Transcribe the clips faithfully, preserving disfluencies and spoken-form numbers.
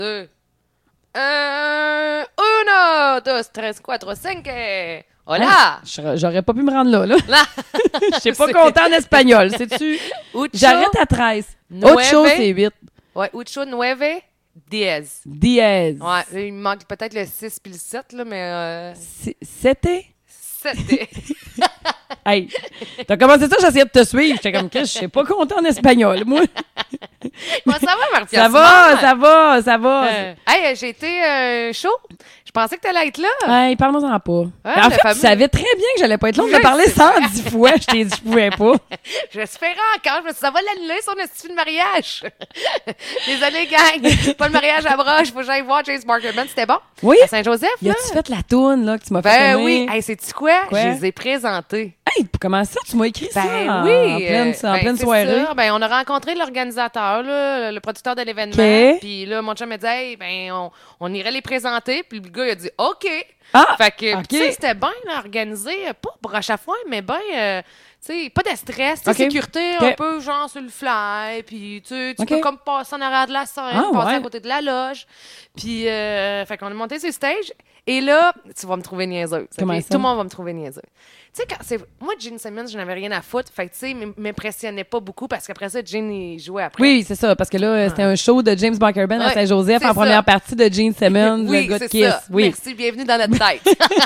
deux. Un, uno, dos, tres, cuatro, cinq. Hola! Hein? J'aurais pas pu me rendre là, là. Je suis pas C'est... content en espagnol, sais-tu? Ucho, J'arrête à treize. nueve. Ocho, c'est huit. Ouais, ucho, nueve, diez. Diez. Ouais, il me manque peut-être le six puis le sept, là, mais... Euh... C'était? C'était. Hey, t'as commencé ça, j'essayais de te suivre. J'étais comme, que je suis pas content en espagnol, moi. Bon, ça va, Marc? Ça va, ça va, ça va. Euh, hey, j'ai été euh, chaud. Je pensais que t'allais être là. Hey, parle-moi-en pas. Ouais, en fait, famille... tu savais très bien que j'allais pas être là. On Je a parlé sais. cent dix fois. Je t'ai dit que je pouvais pas. J'espérais encore. Je me suis dit, ça va l'annuler, son esti de mariage. Désolé, gang. Pas le mariage à broche. Faut que j'aille voir James Barkerman. C'était bon? Oui. À Saint-Joseph, Y là? a-tu fait la toune, là, que tu m'as fait Ben aimer? oui. Hey, sais-tu quoi? Quoi? Je les ai présentés. Hey, comment ça? Tu m'as écrit Ben ça? en- oui. En pleine, euh, en ben, pleine c'est soirée. ça. Ben, on a rencontré l'organisateur, là, le producteur de l'événement. OK. Puis là, mon chum m'a dit, hey, ben, on, on irait les présenter. Puis le gars, il a dit, OK. Ah! Fait que, OK. tu sais, c'était bien là, organisé, pas broche à foin, mais bien, euh, tu sais, pas de stress, tu sais, OK. sécurité OK. un peu genre sur le fly, puis tu sais, tu OK. peux comme passer en arrière de la scène, Ah, passer ouais. à côté de la loge, puis euh, fait qu'on est monté sur le stage, et là, tu vas me trouver niaiseuse. Comment OK? ça? Tout le monde va me trouver niaiseuse. Tu sais, quand c'est... Moi, Gene Simmons, je n'avais rien à foutre, fait que tu sais, il m'impressionnait pas beaucoup, parce qu'après ça, Gene, il jouait après. Oui, c'est ça, parce que là, c'était un show de James Barker Band à Ouais, Saint-Joseph c'est en ça. première partie de Gene Simmons, Oui, le gars de c'est Kiss. ça. Oui. Merci, bienvenue dans notre tête.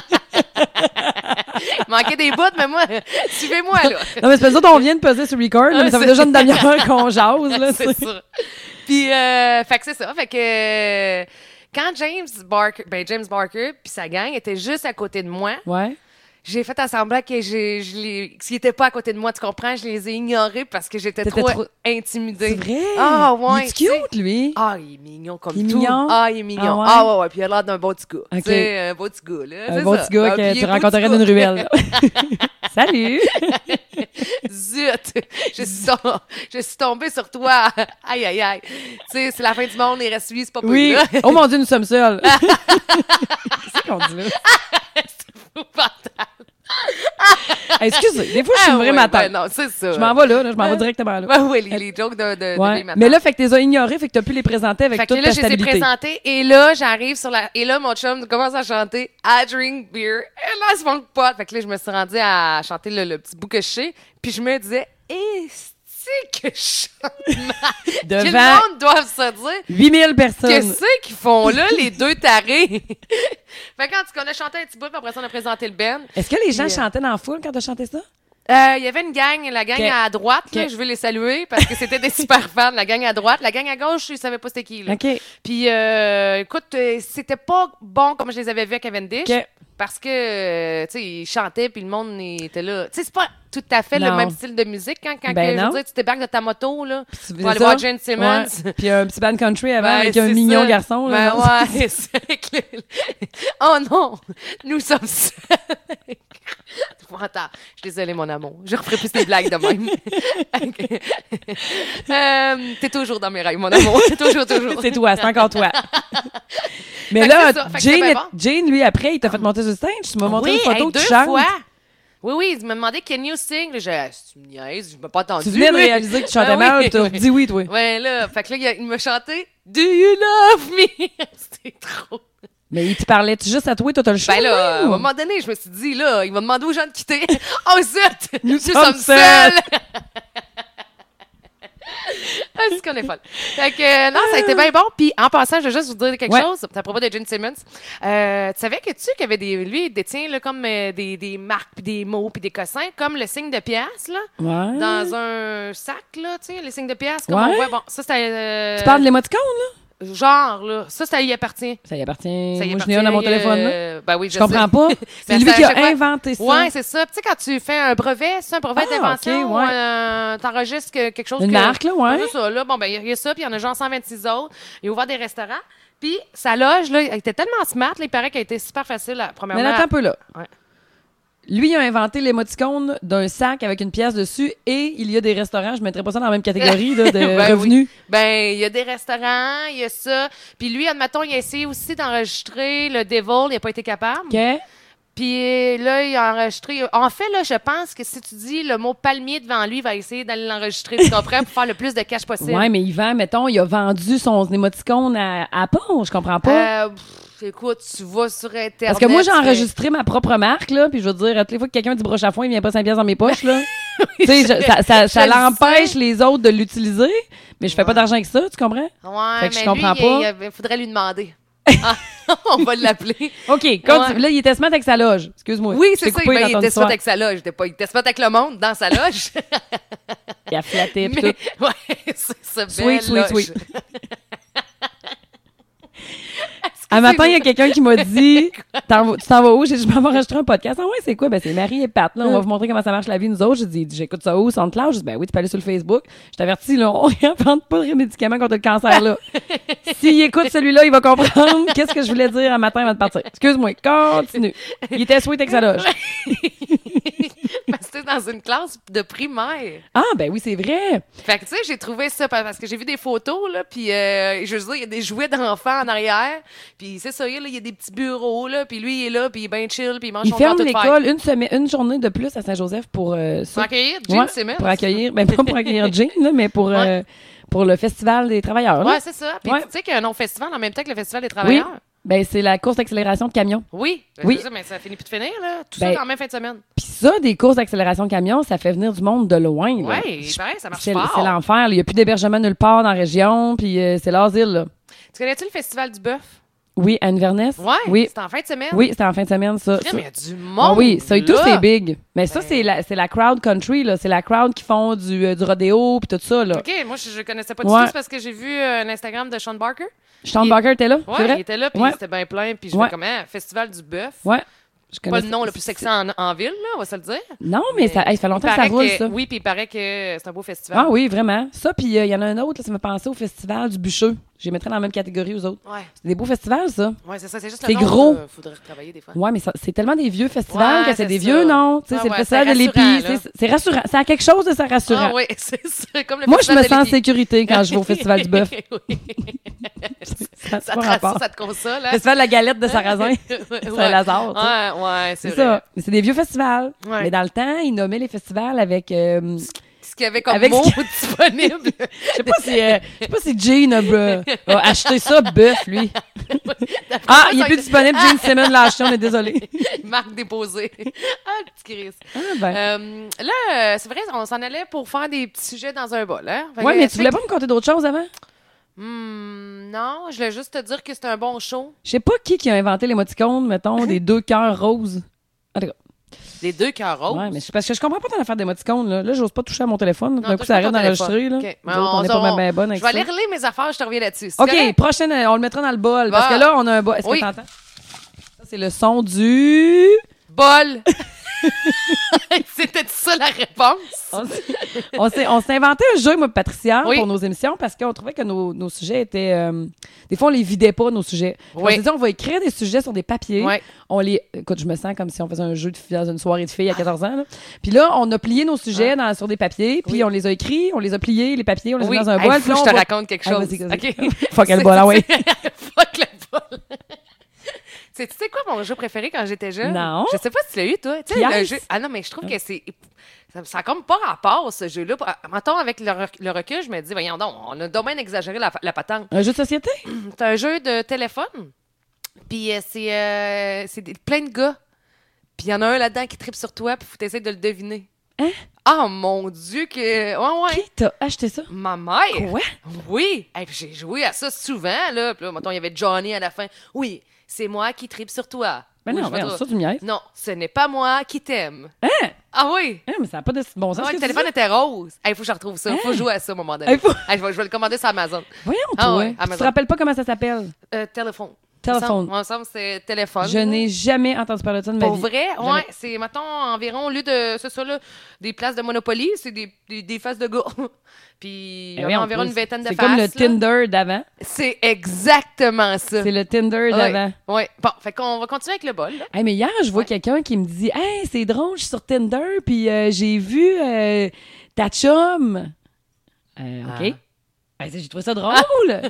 Il manquait des bouts, mais moi, suivez-moi, là. Non, mais c'est pas ça, on vient de peser sur record, là, Ah, mais ça fait c'est- déjà une demi-heure qu'on jase, là. C'est ça. Puis, euh, fait que c'est ça. Fait que euh, quand James Barker, ben James Barker puis sa gang était juste à côté de moi, Ouais. j'ai fait à semblant que j'ai, je les, s'ils étaient pas à côté de moi, tu comprends? Je les ai ignorés parce que j'étais T'étais trop, trop- intimidée. C'est vrai? Ah, ouais. Il est tu sais. cute, lui. Ah, il est mignon comme Il est tout. mignon? Ah, il est mignon. Ah, ouais? Ah, ouais, ouais. Puis il a l'air d'un beau petit gars. Ok. Tu sais, un beau petit gars, là. Un c'est beau ça. petit gars Ah, puis que il est tu beau rencontrerais petit dans une gars. ruelle. là. Salut! Zut! Je suis, tom- je suis tombée sur toi. Aïe, aïe, aïe. Tu sais, c'est la fin du monde, les reste c'est pas Oui. peu, là. Oh mon Dieu, nous sommes seuls. C'est qu'on dit là. C'est épouvantable. Hey, excusez, des fois, je suis Ah, une vraie ouais, matin. ouais, non, c'est ça. Je m'en vais là, là, je m'en Ouais. vais directement là. Ouais, ouais, les, les jokes de, de, de Ouais. vieille matin. Mais là, fait que t'es as ignorés, fait que t'as pu les présenter avec Fait que toute là, ta je les ai stabilité. présentés et là, j'arrive sur la... Et là, mon chum commence à chanter « I drink beer and I smoke pot ». Fait que là, je me suis rendue à chanter le, le petit bout que je sais. Puis je me disais « Est-ce que je chante mal? » Tout le Devant monde doit se dire huit mille personnes. qu'est-ce qu'ils font là, les deux tarés? Fait que quand on a chanté un petit bout, puis après ça, on a présenté le band. Est-ce que les gens Puis, euh, chantaient dans la foule quand t'as chanté ça? Euh, Il y avait une gang, la gang Ok. à droite, là, Ok. je veux les saluer parce que c'était des super fans. La gang à droite, la gang à gauche, ils savaient pas c'était qui. Là. OK. Puis, euh, écoute, euh, c'était pas bon comme je les avais vus à Cavendish. OK. Parce que, euh, tu sais, ils chantaient, puis le monde était là. Tu sais, c'est pas tout à fait Non. le même style de musique quand, quand Ben que, je non. veux dire, tu débarques de ta moto, là, Tu pour faisais aller ça? voir Gene Simmons. Ouais. Puis un petit band country avant Ben, avec un c'est mignon ça. garçon. Là, Ben non? ouais, c'est que le- Oh non, nous sommes seuls. Épouvantable. Je suis désolée, mon amour. Je referai plus tes blagues de même. euh, t'es toujours dans mes rêves, mon amour. toujours, toujours. C'est toi, c'est encore toi. Mais Fait que là, c'est ça. Fait que c'est Jane, bien est- bon. Jane, lui, après, il t'a fait monter sur le stage. Tu m'as montré oui, une photo hey, où deux tu chantes. fois. Oui, oui, il m'a demandé Can you sing? Là, j'ai dit, tu me niaises, je m'ai pas entendu. Tu venais de oui. réaliser que tu chantais Ah oui, mal, tu as oui. dit oui, toi. Ouais, là, fait que là, il, a- il m'a chanté Do you love me? C'était trop. Mais il te parlait-tu juste à toi, toi, t'as le choix? Ben là, à un ou? moment donné, je me suis dit, là, il va demander aux gens de quitter. Oh, zut! Nous Nous sommes sommes seuls. seuls! Ah, c'est qu'on est folle. Fait que, euh, non, ça a été bien bon. Puis, en passant, je veux juste vous dire quelque Ouais. chose à propos de Gene Simmons. Euh, tu savais que tu qu'il y avait des, lui, il détient, là, comme euh, des, des marques, puis des mots, puis des cossins, comme le signe de pièce, là, Ouais. dans un sac, là, tu sais, les signes de pièce, comme Ouais. on voit. Bon, ça, c'était. euh, Tu parles de l'émoticône, là? Genre, là. Ça, ça y appartient. Ça y appartient. Ça y Moi, je n'ai un à mon appartient, téléphone, là. euh, Ben oui, je Je comprends sais. pas. C'est Mais lui c'est qui à a chaque fois- inventé ça. Ouais, c'est ça. Tu sais, quand tu fais un brevet, c'est un brevet Ah, d'invention, ok, ouais. euh, t'enregistres que- quelque chose Une que... marque, là, ouais. C'est ça, là. Bon, ben, il y a ça, puis il y en a genre cent vingt-six autres. Il a ouvert des restaurants. Puis, sa loge, là, elle était tellement smart, là, il paraît qu'elle était super facile, là, premièrement. Mais attends un peu, là. Ouais. Lui, il a inventé l'émoticône d'un sac avec une pièce dessus et il y a des restaurants, je ne mettrais pas ça dans la même catégorie là, de Ben revenus. oui. Ben, il y a des restaurants, il y a ça. Puis lui, admettons, il a essayé aussi d'enregistrer le Devil, il n'a pas été capable. OK? Puis là, il a enregistré. En fait, là, je pense que si tu dis le mot palmier devant lui, il va essayer d'aller l'enregistrer, tu comprends, pour faire le plus de cash possible. Ouais, mais Yvan, mettons, il a vendu son émoticône à, à Pont, je comprends pas. Euh, pff, écoute, tu vas sur Internet. Parce que moi, j'ai tu fais- enregistré ma propre marque, là, puis je veux dire, toutes les fois que quelqu'un dit broche à foin, il vient pas cinq piastres dans mes poches, là. Tu sais, je- ça, ça, ça Je le l'empêche sais. les autres de l'utiliser, mais je fais pas d'argent avec ça, tu comprends? Ouais, Fait que je mais comprends lui, pas. il, il faudrait lui demander. Ah, on va l'appeler. OK, quand Ouais. tu- là, il était smart avec sa loge. Excuse-moi. Oui, Je t'ai c'est ça. coupé Ben, dans il ton était histoire. spot avec sa loge. Il était pas, il était spot avec le monde dans sa loge. Il a flatté pis Mais, tout. ouais, c'est ça. Sweet, belle sweet, loge. sweet. Un matin, il y a quelqu'un qui m'a dit T'en vas- Tu t'en vas où? J'ai dit Je m'en vais enregistrer un podcast. Ah ouais, c'est quoi? Ben, c'est Marie et Pat. Là, on va vous montrer comment ça marche la vie, nous autres. J'ai dit J'écoute ça où? SoundCloud? J'ai dit Ben oui, tu peux aller sur le Facebook. Je t'avertis, là, on n'invente pas de médicaments contre le cancer, là. S'il écoute celui-là, il va comprendre qu'est-ce que je voulais dire un matin avant de partir. Excuse-moi, continue. Il était sweet avec sa loge. Ben, c'était dans une classe de primaire. Ah, ben oui, c'est vrai. Fait que, tu sais, j'ai trouvé ça pa- parce que j'ai vu des photos, là, puis euh, je veux dire, il y a des jouets d'enfants en arrière, puis c'est ça, là, il y a des petits bureaux, là, puis lui, il est là, puis il est bien chill, puis il mange Il son ferme gâteau de fête. l'école une semaine, une journée de plus à Saint-Joseph pour euh, ça. Pour accueillir Jim Ouais, Simmons. pour accueillir, ben pas pour accueillir Jane, là, mais pour, euh, pour le Festival des travailleurs. là. Ouais, c'est ça. Puis Ouais. tu sais qu'il y a un nom festival en même temps que le Festival des travailleurs. Ben, c'est la course d'accélération de camions. Oui. Ben, Oui. c'est ça, mais ça finit plus de finir, là. Tout Ben, ça dans la même fin de semaine. Puis ça, des courses d'accélération de camions, ça fait venir du monde de loin. là. Oui, Je- pareil, ça marche C'est fort. c'est l'enfer. là. Il n'y a plus d'hébergement nulle part dans la région, puis euh, c'est l'asile. là. Tu connais-tu le Festival du bœuf? Oui, à Inverness. Ouais. Oui, C'est en fin de semaine. oui c'était en fin de semaine, ça. Crème, ça. il y a du monde. Ah oui, ça et tout, là. c'est big. Mais ça, Ben- c'est la, c'est la crowd country, là. C'est la crowd qui font du, euh, du rodéo, puis tout ça, là. OK, moi, je, je connaissais pas du Ouais. tout. C'est parce que j'ai vu euh, un Instagram de Sean Barker. Sean Il- Barker était là, Ouais, c'est vrai? il était là, puis Ouais. c'était bien plein. Puis je Ouais. fais comment? Festival du bœuf. Ouais. Je Pas connais le nom le plus sexy en, en ville, là, on va se le dire. Non, mais, ça, hey, ça fait longtemps il que ça paraît roule, que- ça. Oui, puis il paraît que c'est un beau festival. Ah oui, vraiment. Ça, puis euh, il y en a un autre, là, ça me fait penser au festival du Bûcheux. Je les mettrais dans la même catégorie aux autres. Ouais, C'est des beaux festivals, ça. ouais c'est ça. C'est juste C'est le nom, gros. euh, faudrait retravailler des fois. Ouais, mais ça- c'est tellement des vieux festivals Ouais, que c'est c'est des ça. vieux noms. Tu sais, Ah c'est le ouais, festival de c'est l'épi. rassurant, là. C'est c'est rassurant. Ça a quelque chose de ça rassurant. Ah oui, c'est ça. Comme le Moi, je festival me de sens en l'épi. sécurité quand je vais au festival du bœuf. Oui. Ça, Ça pas te rapport. rassure, ça te console. Hein? Festival de la galette de Sarrazin. Ouais. Saint-Lazare, tu sais. Ouais, ouais, c'est C'est vrai. ça. Mais c'est des vieux festivals. Ouais. Mais dans le temps, ils nommaient les festivals avec. euh, Ce qu'il y avait comme Avec mot ce disponible. Je sais pas si, euh, je sais pas si Gene a, euh, a acheté ça bœuf, lui. Ah, il est plus disponible. Gene Simmons l'a acheté, on est désolé. Marque déposée. Ah, le petit Chris. Ah, ben. Euh, là, euh, c'est vrai, on s'en allait pour faire des petits sujets dans un bol, hein? Fait Ouais, que, mais tu tu voulais sais pas me conter d'autres choses avant? que- Hmm, non, je voulais juste te dire que c'était un bon show. Je sais pas qui qui a inventé l'émoticône, mettons, des deux cœurs roses. En tout cas, Les deux cœurs roses. ouais, mais c'est parce que je comprends pas ton affaire d'émoticône, là. Là, j'ose pas toucher à mon téléphone. D'un Non, coup, touche ça pas arrête ton d'enregistrer, là. téléphone. OK. Nous Mais autres, on on- n'est pas on- bien bonnes avec Je vais ça. aller relire mes affaires, je te reviens là-dessus. C'est OK, correct? prochaine, euh, on le mettra dans le bol. Parce Bah. que là, on a un bol. Est-ce Oui. que t'entends? Ça, c'est le son du... Bol! C'était ça la réponse? On s'est- on s'est on s'est inventé un jeu, moi, et Patricia, Oui. pour nos émissions, parce qu'on trouvait que nos, nos sujets étaient... euh, des fois, on les vidait pas, nos sujets. Puis Oui. On s'est dit, on va écrire des sujets sur des papiers. Ouais. On les... Écoute, je me sens comme si on faisait un jeu de filles dans une soirée de filles à quatorze ans. Là. Puis là, on a plié nos sujets dans- sur des papiers, puis Oui. on les a écrits, on les a pliés, les papiers, on les Oui. a mis dans un Hey, bol. faut puis là, que on je te va- raconte quelque Hey, chose. vas-y, vas-y. OK? Fuck le C'est- bol, ah ouais. Fuck le bol. C'est- Tu sais quoi mon jeu préféré quand j'étais jeune? Non. Je sais pas si tu l'as eu, toi. Tu sais, Pièce? le jeu... Ah non, mais je trouve que c'est... Ça, ça a comme pas rapport, ce jeu-là. Mettons, avec le, rec- le recul, je me dis, voyons donc, on a dommage exagéré la, la patente. Un jeu de société? C'est un jeu de téléphone. Puis euh, c'est euh, c'est des- plein de gars. Puis il y en a un là-dedans qui tripe sur toi, puis faut essayer de le deviner. Hein? Ah, mon Dieu, que... Ouais, ouais. Qui t'a acheté ça? Ma mère. Quoi? Oui. Et puis j'ai joué à ça souvent, là. Puis là, mettons, il y avait Johnny à la fin. Oui, c'est moi qui tripe sur toi. Ben Oui, non, je vais voyons, dire- ça, tu me niaises. Non, ce n'est pas moi qui t'aime. Hein? Ah oui. Hein, mais ça n'a pas de bon sens. Ouais, ce le que tu téléphone dis. était rose. Il faut que je retrouve ça. Il faut Hein? jouer à ça à un moment donné. Hey, faut- Hey, je, vais, je vais le commander sur Amazon. Voyons, Ah toi. ouais, Tu te Amazon. rappelles pas comment ça s'appelle? Euh, téléphone. Téléphone. Moi, ça me semble que c'est téléphone. Je n'ai jamais entendu parler de ça de ma Pour vie. vrai, Jamais. ouais, c'est, mettons, environ, au lieu de, c'est ça, là, des places de Monopoly, c'est des, des, des faces de gars. Puis, il Eh y oui, en a en environ plus. une vingtaine de C'est faces. comme le là. Tinder d'avant. C'est exactement ça. C'est le Tinder d'avant. Oui. Ouais. Bon, fait qu'on va continuer avec le bol, là. Hey, mais hier, je vois Ouais. quelqu'un qui me dit Hey, c'est drôle, je suis sur Tinder, puis euh, j'ai vu euh, ta chum. Euh, OK. Ben, j'ai trouvé ça drôle.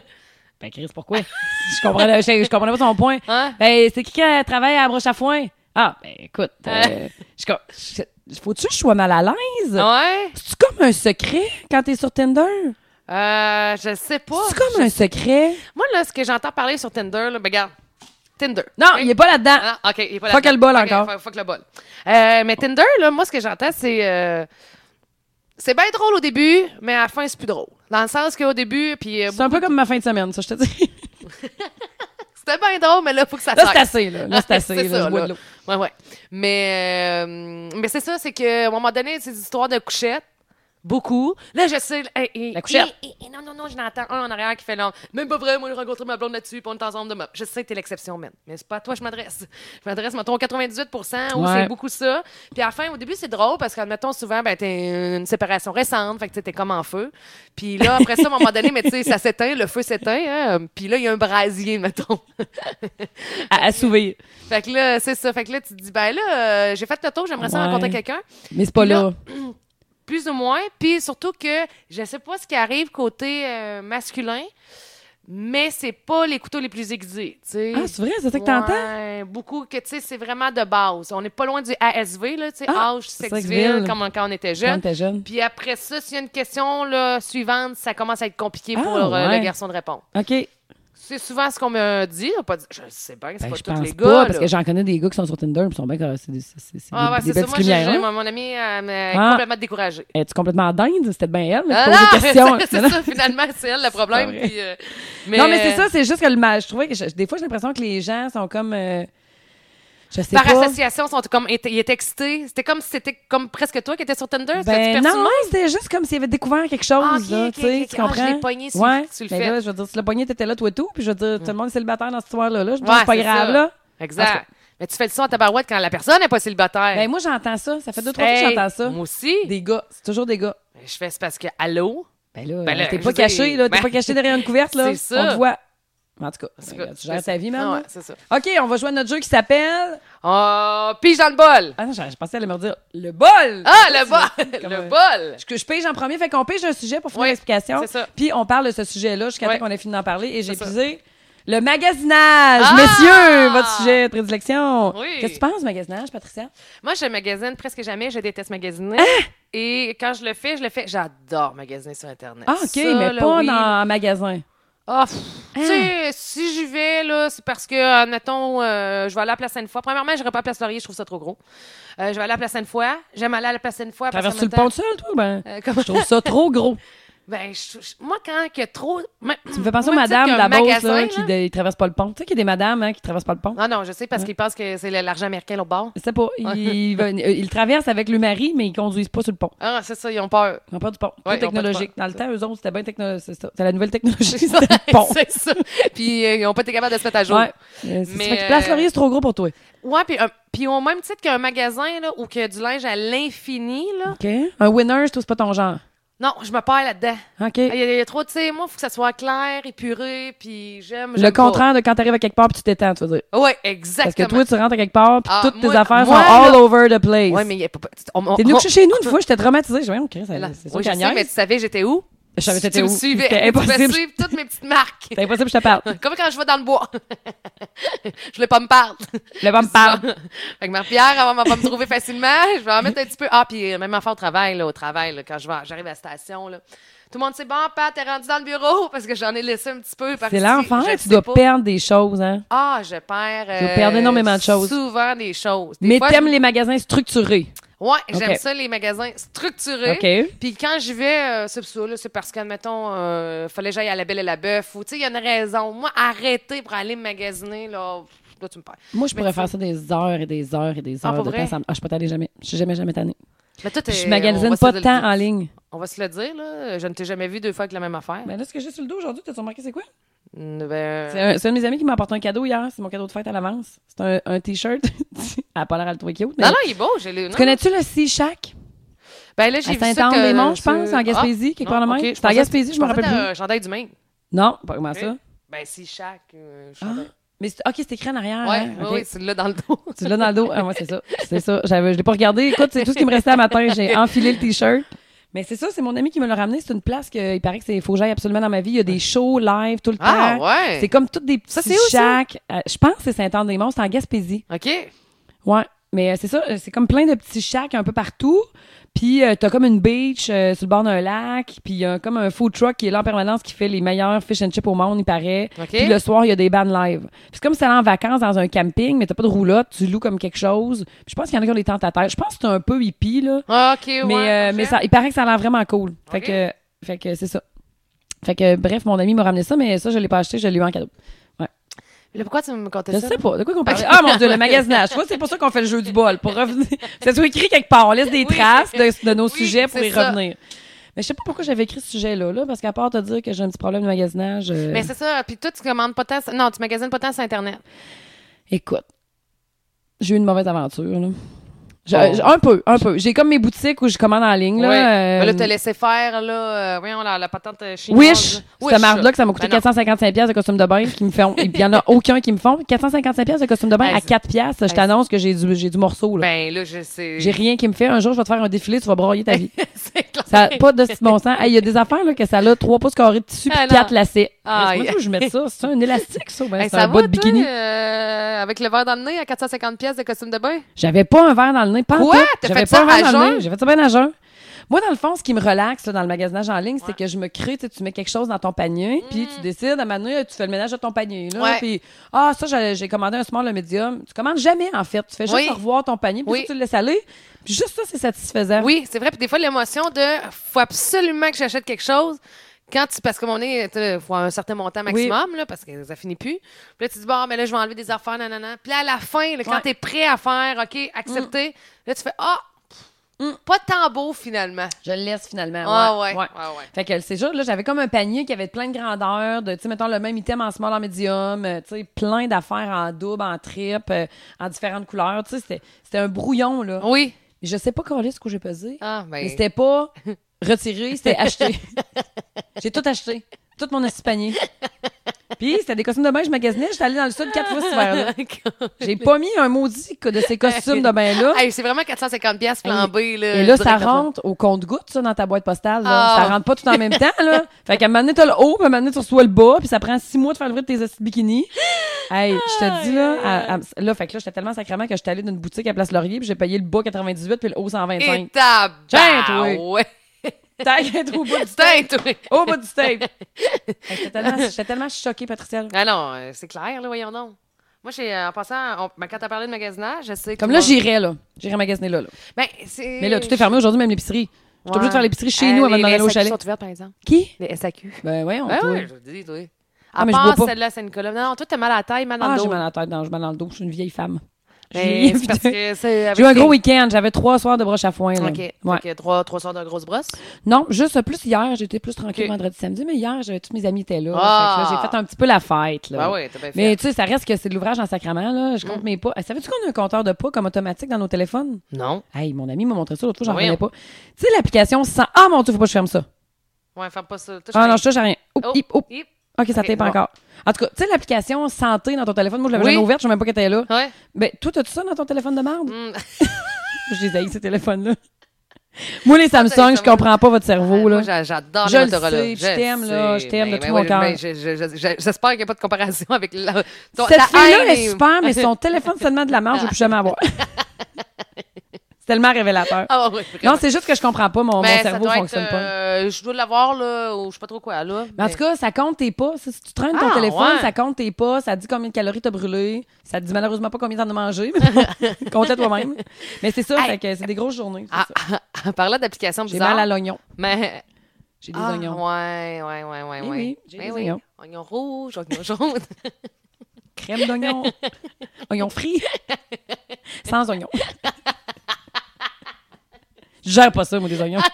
Ben, Chris, pourquoi? je, comprenais, je, je comprenais pas son point. Hein? Ben, c'est qui qui travaille à la broche à foin? Ah, ben écoute, euh, je, je, faut-tu que je sois mal à l'aise? Ouais. C'est-tu comme un secret quand t'es sur Tinder? Euh, je sais pas. C'est comme Je un sais- secret? Moi, là, ce que j'entends parler sur Tinder, là, ben, regarde. Tinder. Non, OK? il est pas là-dedans. Ah, non, OK, il est pas Fuck là-dedans. le bol OK, encore. fuck- Fuck le bol. Euh, mais Tinder, là, moi, ce que j'entends, c'est... euh, c'est bien drôle au début, mais à la fin, c'est plus drôle. Dans le sens qu'au début, puis... euh, C'est un peu comme ma fin de semaine, ça, je te dis. C'était bien drôle, mais là, il faut que ça Là, s'arrête. c'est assez, là. Là, c'est assez. C'est là, ça, je bois là. de l'eau. Ouais, ouais. Mais, euh, mais c'est ça, c'est qu'à un moment donné, c'est des histoires de couchettes. Beaucoup. Là, je sais. Hey, hey, La couchette. hey, hey, hey, non, non, non, je n'entends un en arrière qui fait non. Même pas vrai, moi, j'ai rencontré ma blonde là-dessus, puis on est ensemble de meubles. Je sais que t'es l'exception, man. Mais c'est pas à toi que je m'adresse. Je m'adresse, mettons, au quatre-vingt-dix-huit pour cent où Ouais. c'est beaucoup ça. Puis à la fin, au début, c'est drôle parce que, admettons, souvent, ben, t'es une séparation récente, fait que tu sais, t'es comme en feu. Puis là, après ça, à un moment donné, mais tu sais, ça s'éteint, le feu s'éteint, hein. Puis là, il y a un brasier, mettons. À assouvir. Fait que là, c'est ça. Fait que là, tu te dis, ben là, euh, j'ai fait le tour, j'aimerais ça Ouais. rencontrer quelqu'un. Mais c'est pas Puis là, là. Plus ou moins. Puis surtout que je sais pas ce qui arrive côté euh, masculin, mais c'est pas les couteaux les plus aiguisés, tu sais. Ah, c'est vrai, c'est ça que t'entends? Ouais, beaucoup que, tu sais, c'est vraiment de base. On n'est pas loin du A S V, là, tu sais, Ah, âge, sexe, sexe-ville. ville, comme quand on était Quand jeune. t'es jeune. Puis après ça, s'il y a une question là, suivante, ça commence à être compliqué Ah, pour euh, ouais. le garçon de répondre. OK. C'est souvent ce qu'on me dit. là, Pas, je sais bien, c'est Ben, pas je tous pense les pas, gars. parce là. que j'en connais des gars qui sont sur Tinder et qui sont bien corrects. C'est des, c'est, c'est, c'est Ah, ouais, des, c'est des ça. belles Moi, j'ai- lumières. j'ai- hein? mon ami elle m'est Ah. complètement découragée. Es-tu complètement dingue? C'était bien elle, mais Ah tu poses non, des questions. c'est Non, ça, finalement, c'est elle le problème. C'est vrai. puis, euh, Non, mais c'est ça, c'est juste que le mal. Je trouvais que je- des fois, j'ai l'impression que les gens sont comme. euh, je sais Par pas. association, sont comme, étaient- ils étaient excités. C'était comme si c'était comme presque toi qui étais sur Tinder. Ben C'était-tu perçu non, de même? c'était juste comme s'il avait découvert quelque chose, Ah, ok, là, ok, tu sais, ok, tu ok. Ah, comprends? je l'ai pogné sur- ouais. sur le Ben fait. là, je veux dire, si le pogné, t'étais là, toi et tout, puis je veux dire, tout le monde est célibataire dans cette histoire-là, là, je veux dire, Ouais, c'est pas c'est grave, ça. là. En tout Exact. cas. Mais tu fais le son à ta barouette quand la personne n'est pas célibataire. Ben moi, j'entends ça, ça fait deux, trois fois que Hey, j'entends ça. Moi aussi. Des gars, c'est toujours des gars. Je fais c'est parce que, allô? Ben là, Ben là, t'es je pas veux caché, dire, là, t'es ben, pas caché derrière une couverte, là. c'est ça. On te voit. En tout cas, Parce ben, que- tu gères ta vie, man. Ah ouais, là. c'est ça. OK, on va jouer à notre jeu qui s'appelle... Oh, pige dans le bol. Ah non, je je pensais aller me dire le bol! Ah, le bol. Comme Le un- bol. Je, je pige en premier, fait qu'on pige un sujet pour finir Oui, l'explication. c'est ça. Puis on parle de ce sujet-là jusqu'à Ouais. temps qu'on ait fini d'en parler. Et j'ai C'est ça. pisé le magasinage. Ah! Messieurs, votre sujet de prédilection. Oui. Qu'est-ce que tu penses du magasinage, Patricia? Moi, je magasine presque jamais. Je déteste magasiner. Hein? Et quand je le fais, je le fais. J'adore magasiner sur Internet. Ah, OK, Ça, mais là, pas oui. dans un magasin. Ah, pff, tu sais, si j'y vais, là, c'est parce que, admettons, euh, je vais aller à la Place Sainte-Foy. Premièrement, je n'irai pas à la Place Laurier, je trouve ça trop gros. Euh, je vais aller à la Place Sainte-Foy. J'aime aller à la Place Sainte-Foy. parce Traverses-tu qu'en le même pont temps- tout seul, toi? Ben, Euh, comment- je trouve ça trop gros. Ben, je- je- moi, quand il y a trop... Tu me fais penser aux madames de la Beauce, là, qui là... ne traversent pas le pont. Tu sais qu'il y a des madames hein, qui traversent pas le pont. Non, non, je sais, parce Ouais. qu'ils pensent que c'est l'argent américain l'autre bord. Je sais pas. Ils, va- ils traversent avec le mari, mais ils conduisent pas sur le pont. Ah, c'est ça, ils ont peur. Ils ont pas du pont. Ouais, Trop ils ont pas de technologique. pont. Dans le temps, eux autres, c'était bien technologique. C'est ça. C'était la nouvelle technologie, c'était le pont. c'est ça. Puis, euh, ils n'ont pas été capables de se mettre à jour. Ouais. Euh, c'est Mais, ça fait que Place euh, Laurier, c'est trop gros pour toi. Ouais, puis, euh, puis au même titre qu'un magasin, là, où il y a du linge à l'infini, là. OK. Un winner, toi, c'est pas ton genre. Non, je me perds là-dedans. OK. Il y, a- il y a trop, tu sais, moi, il faut que ça soit clair, épuré, puis j'aime. Le contraire de quand t'arrives à quelque part puis tu t'étends, tu veux dire. Oui, exactement. Parce que toi, tu rentres à quelque part puis Ah, toutes moi- tes affaires moi, sont all là- over the place. Ouais, mais il y a pas. on- on- T'es venu on- coucher chez nous une fois, j'étais traumatisée. Je me dis, OK, ça- Là, c'est sûr oui, je qu'elle sais, mais niaise. tu savais j'étais où? Je savais Tu t'étais me où. suivais. C'était Tu pouvais impossible. suivre toutes mes petites marques. C'était impossible, je te parle. Comme quand je vais dans le bois. je voulais pas me parler. Le pas me parle. Fait que Marie-Pierre, elle va pas me trouver facilement. Je vais en mettre un petit peu. Ah, puis même enfant au travail, là, au travail, là, quand je vais, j'arrive à la station, là. Tout le monde sait, bon, Pat, t'es rendu dans le bureau parce que j'en ai laissé un petit peu. C'est l'enfant, je tu sais dois pas. perdre des choses, hein. Ah, je perds. Tu vas perdre énormément de choses. Souvent des choses. Des Mais fois, t'aimes je- les magasins structurés. Ouais, j'aime Ok. ça, les magasins structurés. OK. Puis quand j'y vais, euh, c'est ça, là, c'est parce qu'admettons, euh, fallait que j'aille à la Belle et la Bœuf ou, tu sais, il y a une raison. Moi, arrêter pour aller me magasiner, là, pff, là, tu me perds. Moi, je Mais pourrais tu- faire ça des heures et des heures et des Ah, heures pour de vrai? temps. Ça me- Ah, je suis pas tannée jamais. Je suis jamais, jamais tannée. Mais toi, t'es- Je on magasine va pas se de le temps dire. en ligne. On va se le dire, là. Je ne t'ai jamais vu deux fois avec la même affaire. Ben là, ce que j'ai sur le dos aujourd'hui, t'as remarqué c'est quoi? Mm, ben, C'est un, c'est un de mes amis qui m'a apporté un cadeau hier. C'est mon cadeau de fête à l'avance. C'est un, un T-shirt. Elle a pas l'air à le trouver cute. mais- Non, non, il est beau. J'ai le... Tu connais-tu le Sea Shack? Ben là, À j'ai vu ça Saint-Anne-des-Monts, que- je pense, en Gaspésie, quelque part de non, même. ok, je C'est en pensais- Gaspésie, je me pensais rappelle que plus. t'as un chandail du même. Non, pas comment Ok. ça. Ben, si chaque euh, Ah, chandail. mais c'est- OK, c'est écrit en arrière. Ouais, hein? oui, OK. oui, c'est là dans le dos. Tu l'as dans le dos. Ah, moi, c'est ça. C'est ça. J'avais, je l'ai pas regardé. Écoute, c'est tout ce qui me restait à matin. J'ai enfilé le T-shirt. Mais c'est ça, c'est mon ami qui me l'a ramené. C'est une place qu'il paraît que c'est faut que j'aille absolument dans ma vie. Il y a des shows live tout le Ah, temps. ouais. C'est comme toutes des petits Ça, c'est où, ça? shacks. Euh, je pense que c'est Saint-Anne-des-Monts. C'est en Gaspésie. OK. Ouais, mais euh, c'est ça, euh, c'est comme plein de petits shacks un peu partout. Puis euh, t'as comme une beach euh, sur le bord d'un lac. Puis il y a comme un food truck qui est là en permanence qui fait les meilleurs fish and chips au monde, il paraît. Okay. Puis le soir, il y a des bands live. Puis c'est comme si t'allais en vacances dans un camping, mais t'as pas de roulotte, tu loues comme quelque chose. Puis je pense qu'il y en a qui ont des tentes à terre. Je pense que c'est un peu hippie, là. Ah, OK, ouais. Mais, euh, mais ça, il paraît que ça a l'air vraiment cool. Fait Ok. que, fait que c'est ça. Fait que, bref, mon ami m'a ramené ça, mais ça, je l'ai pas acheté, je l'ai eu en cadeau. Là, pourquoi tu me contais Je ça? sais pas. De quoi qu'on parlait? Ah, mon Dieu, le magasinage. Tu vois, c'est pour ça qu'on fait le jeu du bol. Pour revenir. Ça soit écrit quelque part. On laisse des Oui. traces de, de nos Oui, sujets pour c'est y ça. revenir. Mais je sais pas pourquoi j'avais écrit ce sujet-là, là, parce qu'à part te dire que j'ai un petit problème de magasinage. euh, Mais c'est ça. Puis toi, tu commandes pas tant... Non, tu magasines pas tant sur Internet. Écoute, j'ai eu une mauvaise aventure, là. Je- Oh. je- un peu, un peu. J'ai comme mes boutiques où je commande en ligne, là. Oui. euh, Mais là, t'as laissé faire, là... Euh, voyons, la, la patente chinoise. Wish! Cette marde-là que ça m'a coûté Ben non. quatre cent cinquante-cinq piastres de costume de bain qui me font. Il y en a aucun qui me font. quatre cent cinquante-cinq piastres de costume de bain Hey, à quatre piastres. Je t'annonce que j'ai du, j'ai du morceau, là. Ben là, je sais... J'ai rien qui me fait. Un jour, je vais te faire un défilé, tu vas broyer ta vie. c'est clair. Ça a pas de bon sens. Il y a des affaires là, que ça a trois pouces carrés de tissu Ah, puis non. quatre lacets. Ah, Moi, yeah. où je mets ça? C'est un élastique, ça? Ben, Hey, c'est ça un va, bas de toi, bikini. euh, avec le verre dans le nez à quatre cent cinquante pièces de costume de bain? J'avais pas un verre dans le nez. Pas en Quoi? tout. T'as J'avais fait pas ça un verre à dans le jeun? nez. J'ai fait ça bien à jeun. Moi, dans le fond, ce qui me relaxe là, dans le magasinage en ligne, c'est Ouais. que je me crée, tu sais, tu mets quelque chose dans ton panier, puis tu décides, à maintenant, tu fais le ménage de ton panier. Là, Ouais. Puis, ah, ça, j'ai, j'ai commandé un small, le medium. Tu commandes jamais, en fait. Tu fais juste Oui. revoir ton panier, puis Oui. ça, tu le laisses aller. Puis juste ça, c'est satisfaisant. Oui, c'est vrai. Puis des fois, l'émotion de faut absolument que j'achète quelque chose. Quand tu, parce que mon nez, il faut un certain montant maximum, là, parce que ça finit plus. Puis là, tu dis, bon, mais là, je vais enlever des affaires, nanana. Puis là, à la fin, là, quand Ouais. t'es prêt à faire, OK, accepter, là, tu fais, ah, Mm. pas tant beau, finalement. Je le laisse finalement. Ah, ouais. ouais. ouais, ouais. Fait que c'est sûr, là, j'avais comme un panier qui avait plein de grandeurs, de, tu sais, mettons, le même item en small, en medium, euh, tu sais, plein d'affaires en double, en triple, euh, en différentes couleurs, tu sais, c'était, c'était un brouillon, là. Oui. Je sais pas coller ce que j'ai pesé, Ah, ben. mais c'était pas retiré, c'était acheté. J'ai tout acheté. Tout mon esti panier. Puis, c'était des costumes de bain, je magasinais, j'étais allée dans le sud quatre fois cet hiver-là. J'ai pas mis un maudit de ces costumes de bain-là. Hey, c'est vraiment quatre cent cinquante pièces flambées, là. Et là, ça direct à toi. rentre au compte-gouttes, ça, dans ta boîte postale. Là. Ah. Ça rentre pas tout en même temps, là. Fait qu'à un moment donné, t'as le haut, puis à un moment donné, tu reçois le bas, puis ça prend six mois de faire livrer tes esti bikinis. Hey, je te dis, là, à- à- là, fait que là, j'étais tellement sacrément que j'étais allée d'une boutique à Place Laurier, puis j'ai payé le bas quatre-vingt-dix-huit, puis le haut cent vingt-cinq. Et ta Tiens, toi. ouais. T'inquiète au bout du Putain, tape. toi. Au bout du tape. Hey, J'étais tellement, j'étais tellement choquée, Patricia. Ah non, euh, c'est clair, là, voyons donc. Moi, j'ai, euh, en passant, on- ben, quand t'as parlé de magasinage, je sais que. Comme là, j'irais, là. J'irais magasiner là, là. Ben, c'est. Mais là, tout est fermé aujourd'hui, même l'épicerie. Je suis obligée de faire l'épicerie chez Euh, nous avant les- d'aller les au S A Q chalet. sont ouvertes, par exemple. Qui? Les S A Q. Ben, voyons, Ah toi. oui, je te dis, toi. Ah, À mais je part bois pas. celle-là, c'est Nicolas. Non, non, toi, t'as mal à la taille, mal dans Ah, le j'ai dos. mal à la tête, non, j'ai mal dans le dos. Je suis une vieille femme. Ben, J'ai c'est parce que c'est avec j'ai eu un tes- gros week-end. J'avais trois soirs de broche à foin. Là. OK. Ouais. Fait que trois, trois soirs de grosse brosse. Non, juste plus hier. J'étais plus tranquille OK. vendredi, samedi. Mais hier, j'avais tous mes amis étaient là. Ah. Fait que là, j'ai fait un petit peu la fête. Là. Ben oui, t'as bien fait. Mais tu sais, ça reste que c'est de l'ouvrage en sacrament. Là. Je compte Mm. mes pas. Eh, savais-tu qu'on a un compteur de pas comme automatique dans nos téléphones? Non. Hey, mon ami m'a montré ça l'autre fois, j'en Voyons. revenais pas. Tu sais, l'application sans. Ah mon Dieu, faut pas que je ferme ça. Ouais, ferme pas ça. Touche Ah rien. non, je touche à rien. Oups, Oh, hip, oups. hip. OK, ça OK, tape bon. encore. En tout cas, tu sais, l'application santé dans ton téléphone, moi, je l'avais Oui. jamais ouverte, je sais même pas qu'elle était là. Ouais. Ben, toi, t'as-tu ça dans ton téléphone de merde? Mm. Je les haïs, ces téléphones-là. Moi, les Samsung, ça je me- comprends pas votre cerveau, là. Moi, j'a- j'adore Je les le Motorola. sais, puis je t'aime, là, je t'aime de Mais- tout mais mon oui, cœur. mais je- je- je- je- J'espère qu'il n'y a pas de comparaison avec la. ton- Cette ta fille-là haine est super, mais son téléphone, c'est tellement de la merde, je veux plus jamais avoir. C'est tellement révélateur. Ah oui, vraiment. Non, c'est juste que je comprends pas, mon, mon Mais ça cerveau doit fonctionne être, pas. euh, je dois l'avoir, là, ou je sais pas trop quoi, là. Mais en tout cas, ça compte tes pas. Si tu traînes ton Ah, téléphone, ouais. ça compte tes pas, ça dit combien de calories t'as brûlé, ça te dit malheureusement pas combien t'en as mangé, mais compte toi-même. Mais c'est ça, Hey. fait que c'est des grosses journées. c'est Ah, ça. en parlant d'applications J'ai bizarres. mal à l'oignon. Mais. J'ai des Ah, oignons. Ouais, ouais, ouais, ouais. Eh ouais. oui, j'ai Ben des oui. oignons. Oignons rouges, oignons jaunes. Crème d'oignon. Oignons frits. Sans oignons. Je gère pas ça, moi, des oignons.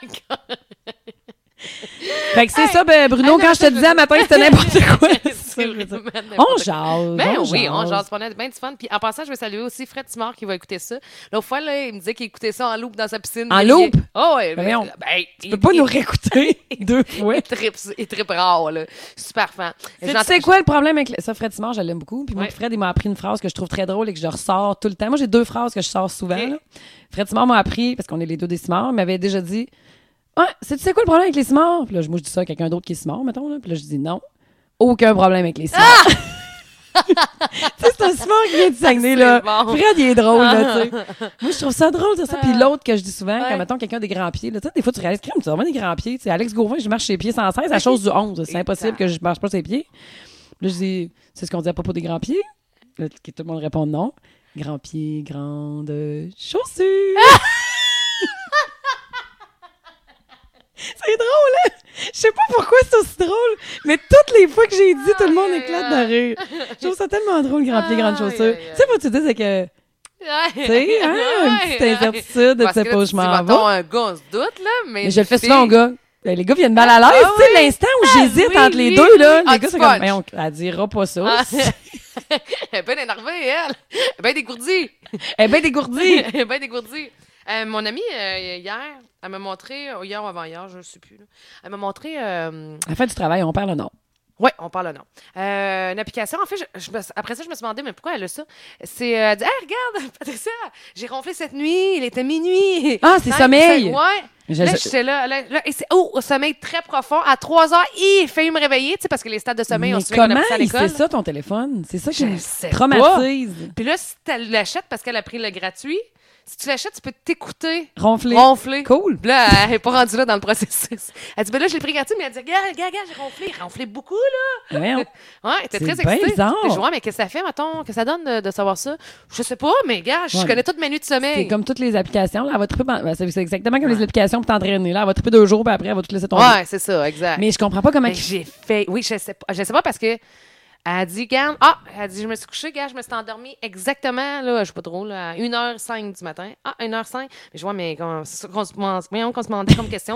Fait que c'est ça, ben, Bruno, Ah, non, quand je te ça, disais je- à matin que c'était n'importe quoi. c'est ça, C'est je veux dire. vraiment n'importe On quoi. jase. Ben on oui, on jase. jase, on a bien du fun. Puis en passant, je veux saluer aussi Fred Simard qui va écouter ça. L'autre fois, là, il me disait qu'il écoutait ça en loop dans sa piscine. En Mais loop? il- Oh, ouais. Ben voyons. Ben, Tu peux pas nous réécouter deux fois. Il tripe, il tripe rare, là. Super fan. Tu sais- tu sais quoi le problème avec le- ça, Fred Simard, je l'aime beaucoup. Puis moi, Ouais. Fred, il m'a appris une phrase que je trouve très drôle et que je ressors tout le temps. Moi, j'ai deux phrases que je sors souvent. Ok. là. Fred Simard m'a appris, parce qu'on est les deux des Simard, il m'avait déjà dit ah, c'est- tu sais quoi le problème avec les Simard? Puis là, moi, je dis ça à quelqu'un d'autre qui est Simard, mettons. Là. Puis là, je dis non, aucun problème avec les Simard. Tu sais, c'est un sport qui vient de Saguenay, là. Bon. Fred, il est drôle, là, tu sais. Moi, je trouve ça drôle, de ça. Puis l'autre que je dis souvent, ouais. quand, mettons, quelqu'un a des grands pieds, là, tu sais, des fois, tu réalises, crème, tu as vraiment des grands pieds. Tu sais, Alex Gauvin, je marche ses pieds sans cesse, à chose du onze. C'est impossible que je marche pas ses pieds. Là, je dis, c'est ce qu'on dit à propos des grands pieds? Là, tout le monde répond non. Grands pieds, grandes chaussures. C'est drôle, hein? Je sais pas pourquoi c'est aussi drôle, mais toutes les fois que j'ai dit, tout le monde éclate de rire. Je trouve ça tellement drôle, grands pieds, grandes chaussures. Tu sais, faut que tu dis, c'est que... Tu sais, hein, une petite incertitude, tu sais pas où je m'en vais. un gars, on se doute, là, mais... Mais je le fais souvent aux gars. Les gars viennent mal à l'aise, tu sais, l'instant où j'hésite entre les deux, là, les gars, c'est comme, mais on, elle dira pas ça. Elle est bien énervée, elle. Elle est bien dégourdie. Elle est bien dégourdie. Elle est bien dégourdie. Euh, mon amie, euh, hier, elle m'a montré, hier ou avant-hier, je ne sais plus, là, elle m'a montré... Euh... À la fin du travail, on parle le nom. Oui, on parle le nom. Euh, une application, en fait, je, je me, après ça, je me suis demandé, mais pourquoi elle a ça? C'est, euh, elle dit, hey, regarde, Patricia, j'ai ronflé cette nuit, il était minuit. Ah, c'est sommeil! Ouais. Je, là, j'étais là, là, là, et c'est, oh, sommeil très profond. À trois heures, il fait me réveiller, tu sais, parce que les stades de sommeil, mais on se fait qu'on a à l'école. C'est ça, ton téléphone? C'est ça qui me sais traumatise. Pas. Puis là, si tu l'achètes parce qu'elle a pris le gratuit, si tu l'achètes, tu peux t'écouter. Ronfler. Ronfler. Cool. Puis là, elle n'est pas rendue là dans le processus. Elle dit, ben là, je l'ai pris gratuit, mais elle dit, regarde, regarde, regarde, j'ai ronflé. J'ai ronflé beaucoup, là. Ouais, ouais, elle était très excitée. excitée. Bizarre. Je dis, ouais, mais qu'est-ce que ça fait, mettons, que ça donne de, de savoir ça? Je sais pas, mais gars, je ouais, connais toutes mes nuits de sommeil. C'est comme toutes les applications, là. Elle va triper, ben, c'est exactement comme ouais. les applications pour t'entraîner, là. Elle va triper deux jours, puis après, elle va tout laisser tomber. Ouais, c'est ça, exact. Mais je comprends pas comment. Mais j'ai fait. Oui, je sais pas. Je sais pas parce que. Elle a dit, garde, ah, elle a dit, je me suis couchée, gars, je me suis endormie exactement, là, je sais pas trop, là, à une heure cinq du matin. Ah, une heure cinq. Mais je vois, mais qu'on se demandait comme question.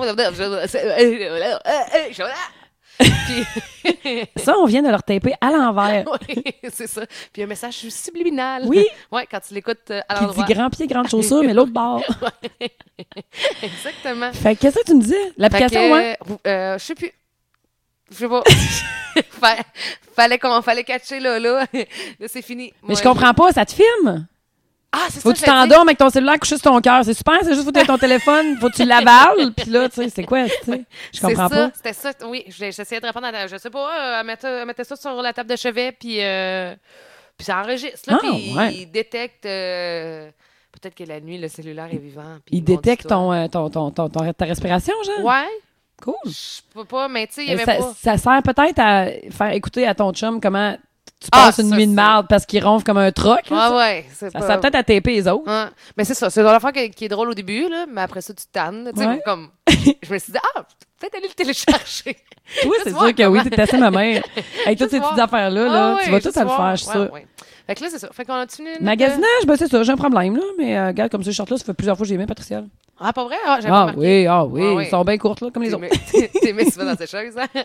Puis... ça, on vient de leur taper à l'envers. Oui, c'est ça. Puis un message subliminal. Oui. Oui, quand tu l'écoutes à l'endroit. Qui dit grand pied, grande chaussure, mais l'autre bord. Ouais. Exactement. Fait qu'est-ce que tu me disais? L'application, que, ouais? Euh, je sais plus. Je sais pas. fallait qu'on fallait catcher là, là. Là, c'est fini. Mais moi, je comprends je... pas, ça te filme? Ah, c'est faut ça. Faut que tu t'endormes avec ton cellulaire couché sur ton cœur. C'est super, c'est juste faut que tu aies ton téléphone, faut que tu l'avales, puis là, tu sais, c'est quoi, tu sais? Je comprends ça, pas. C'était ça, oui. J'essayais de répondre à la, je sais pas, elle mettait, elle mettait ça sur la table de chevet, puis, euh, puis ça enregistre, là, ah, puis ouais. il détecte. Euh, peut-être que la nuit, le cellulaire est vivant. Il détecte ton, euh, ton, ton, ton, ton, ta respiration, genre? Ouais. Cool. Je peux pas, mais tu sais, il y avait ça, pas... Ça sert peut-être à faire écouter à ton chum comment tu passes ah, une ça, nuit de merde parce qu'il ronfle comme un troc. Ah là, ouais. Ça pas... sert peut-être à taper les autres. Ah. Mais c'est ça. C'est dans l'affaire qui, qui est drôle au début, là, mais après ça, tu te tannes. Tu sais, ouais. comme... Je me suis dit, ah, peut-être aller le télécharger. Oui, c'est sûr que oui, t'es assez ma mère. Avec toutes ces petites affaires-là, là, ah, tu vas tout à le faire, je suis sûre. Fait que là, c'est ça. Fait qu'on a fini. Magasinage, ben c'est ça, j'ai un problème, là. Mais euh, regarde, comme ce short-là, ça fait plusieurs fois que j'ai aimé, Patricia. Ah, pas vrai? Ah, j'avais ah remarqué. oui, ah oui, ah oui, ils sont bien courtes, là, comme les autres. T'es mis souvent dans ces choses, hein?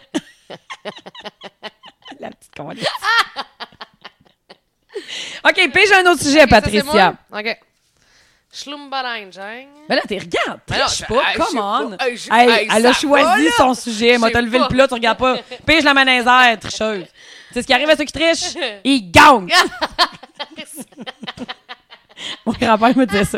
La petite convalescence. OK, puis j'ai un autre sujet, okay, Patricia. Ça, OK. Schlumbereinjang. Ben là, t'es regarde, triche pas, hey, come on. Pas, hey, hey, hey, elle a choisi pas, son sujet. Moi, t'as levé le plat, tu regardes pas. Pige la main dans les airs, tricheuse. C'est ce qui arrive à ceux qui trichent. Ils gagnent. Mon grand-père me disait ça.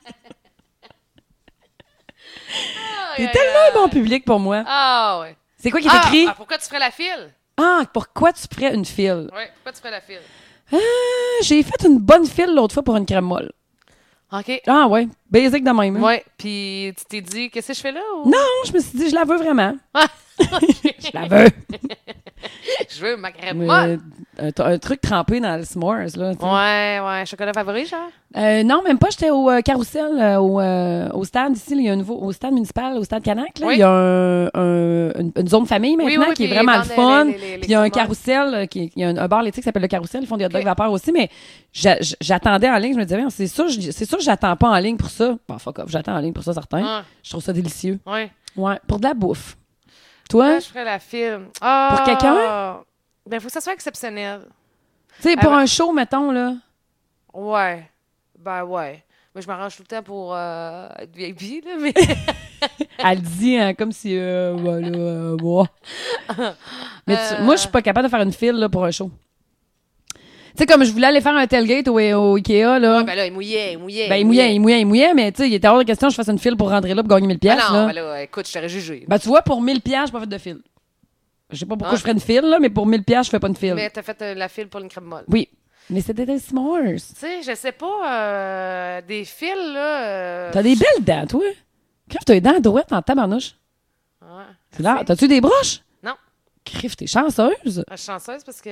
Oh, T'es yeah, tellement yeah. un bon public pour moi. Ah, ouais. C'est quoi qui est écrit? Ah, ah, pourquoi tu ferais la file? Ah, pourquoi tu ferais une file? Oui, pourquoi tu ferais la file? Ah, j'ai fait une bonne file l'autre fois pour une crème molle. OK. Ah, ouais. Basic de même. Hein? Ouais. Puis tu t'es dit, qu'est-ce que je fais là? Ou... Non, je me suis dit, je la veux vraiment. Je la veux. Je veux ma crème molle. Un, un truc trempé dans le s'mores, là. T'sais. Ouais, ouais. Chocolat favori, genre? Euh, non, même pas. J'étais au euh, Carrousel, euh, au, euh, au stade ici. Là, il y a un nouveau, au stade municipal, au stade Canac. Là, oui. Il y a un, un, une, une zone famille maintenant oui, oui, qui est vraiment le fun. Les, les, les, puis il y a un carrousel, euh, qui, il y a un, un bar laitier qui s'appelle le Carrousel. Ils font des hot dogs okay. vapeur aussi, mais j'a, j'attendais en ligne. Je me disais, c'est sûr, c'est sûr que j'attends pas en ligne pour ça. Bon, fuck off, j'attends en ligne pour ça, certain. Ah. Je trouve ça délicieux. Ouais. Ouais, pour de la bouffe. Toi? Moi, je ferais la file. Oh, pour quelqu'un? Ben, il faut que ça soit exceptionnel. Tu sais, pour euh, un show, mettons, là. Ouais. Ben, ouais. Moi, je m'arrange tout le temps pour euh, être V I P, là, mais... Elle dit, hein, comme si, euh, voilà, euh, moi. Mais tu, euh... moi, je suis pas capable de faire une file, là, pour un show. Tu sais, comme je voulais aller faire un tailgate au, au Ikea, là. Ouais, ben là, il mouillait, il mouillait. Ben, il mouillait, il mouillait, il mouillait, mais tu sais, il était hors de question que je fasse une file pour rentrer là pour gagner mille piastres, ah non, là. ben là, écoute, je t'aurais jugé. Ben, tu vois, pour mille piastres, j'ai pas fait de file. Je sais pas pourquoi Ah. je ferais une file, là, mais pour mille piastres, je fais pas une file. Mais t'as fait euh, la file pour une crème molle. Oui. Mais c'était des s'mores. Tu sais, je sais pas, euh, des fils, là... euh, T'as des belles dents, toi. Crève, t'as les dents droites en tabarnouche. Ouais. C'est là. T'as-tu des broches? Non. Crève, t'es chanceuse. Je suis chanceuse parce que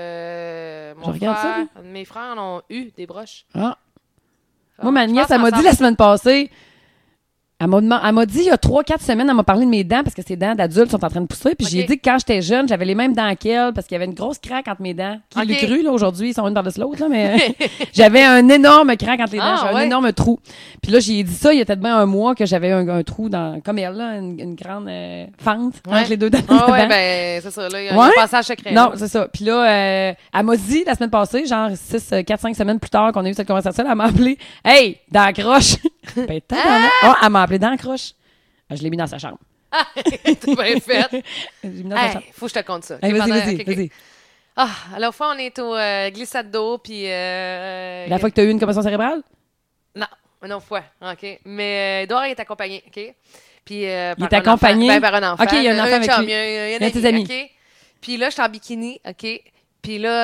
euh, mon Je regarde frère, ça, mes frères en ont eu des broches. Ah. Ah, Moi, ma je nièce, pense elle m'a qu'on dit s'en- la semaine passée, elle m'a, deman- elle m'a dit il y a trois quatre semaines, elle m'a parlé de mes dents parce que ses dents d'adultes sont en train de pousser. Puis Ok. j'ai dit que quand j'étais jeune, j'avais les mêmes dents qu'elle parce qu'il y avait une grosse craque entre mes dents. Qui Ok. l'eût cru, là, aujourd'hui, ils sont une par-dessus l'autre, là, mais j'avais un énorme craque entre les dents, Ah, j'avais ouais. un énorme trou. Puis là, j'ai dit ça, il y a peut-être bien un mois que j'avais un, un trou dans, comme elle, là, une, une grande euh, fente Ouais. entre les deux dents. Ah ouais, d'avant. ben, c'est ça, là, il y a, il y a Ouais? un passage secret. Non, là. c'est ça. Puis là, euh, elle m'a dit la semaine passée, genre six, quatre, cinq semaines plus tard qu'on a eu cette conversation, elle m'a appelé « Hey, dans la croche! » Ben, tabarnak. Oh, elle m'a appelé dans la croche. Ah, je l'ai mis dans sa chambre. T'as bien fait. Je l'ai mis dans sa Hey, chambre. faut que je te conte ça. Hey, Ok, vas-y, pendant- vas-y, ok, ok. vas-y. Ah, alors, fois, on est au euh, glissade d'eau, puis... Euh, La fois que tu as eu une commotion cérébrale? Non, une autre fois, OK. Mais euh, Edouard est accompagné, OK? Puis, euh, Il par est un accompagné? enfant. Ben, par un enfant. OK, il y a un enfant avec chum, lui. Il y a, il y a un Il y a tes ami, amis. OK? Puis là, je suis en bikini, OK? Puis là,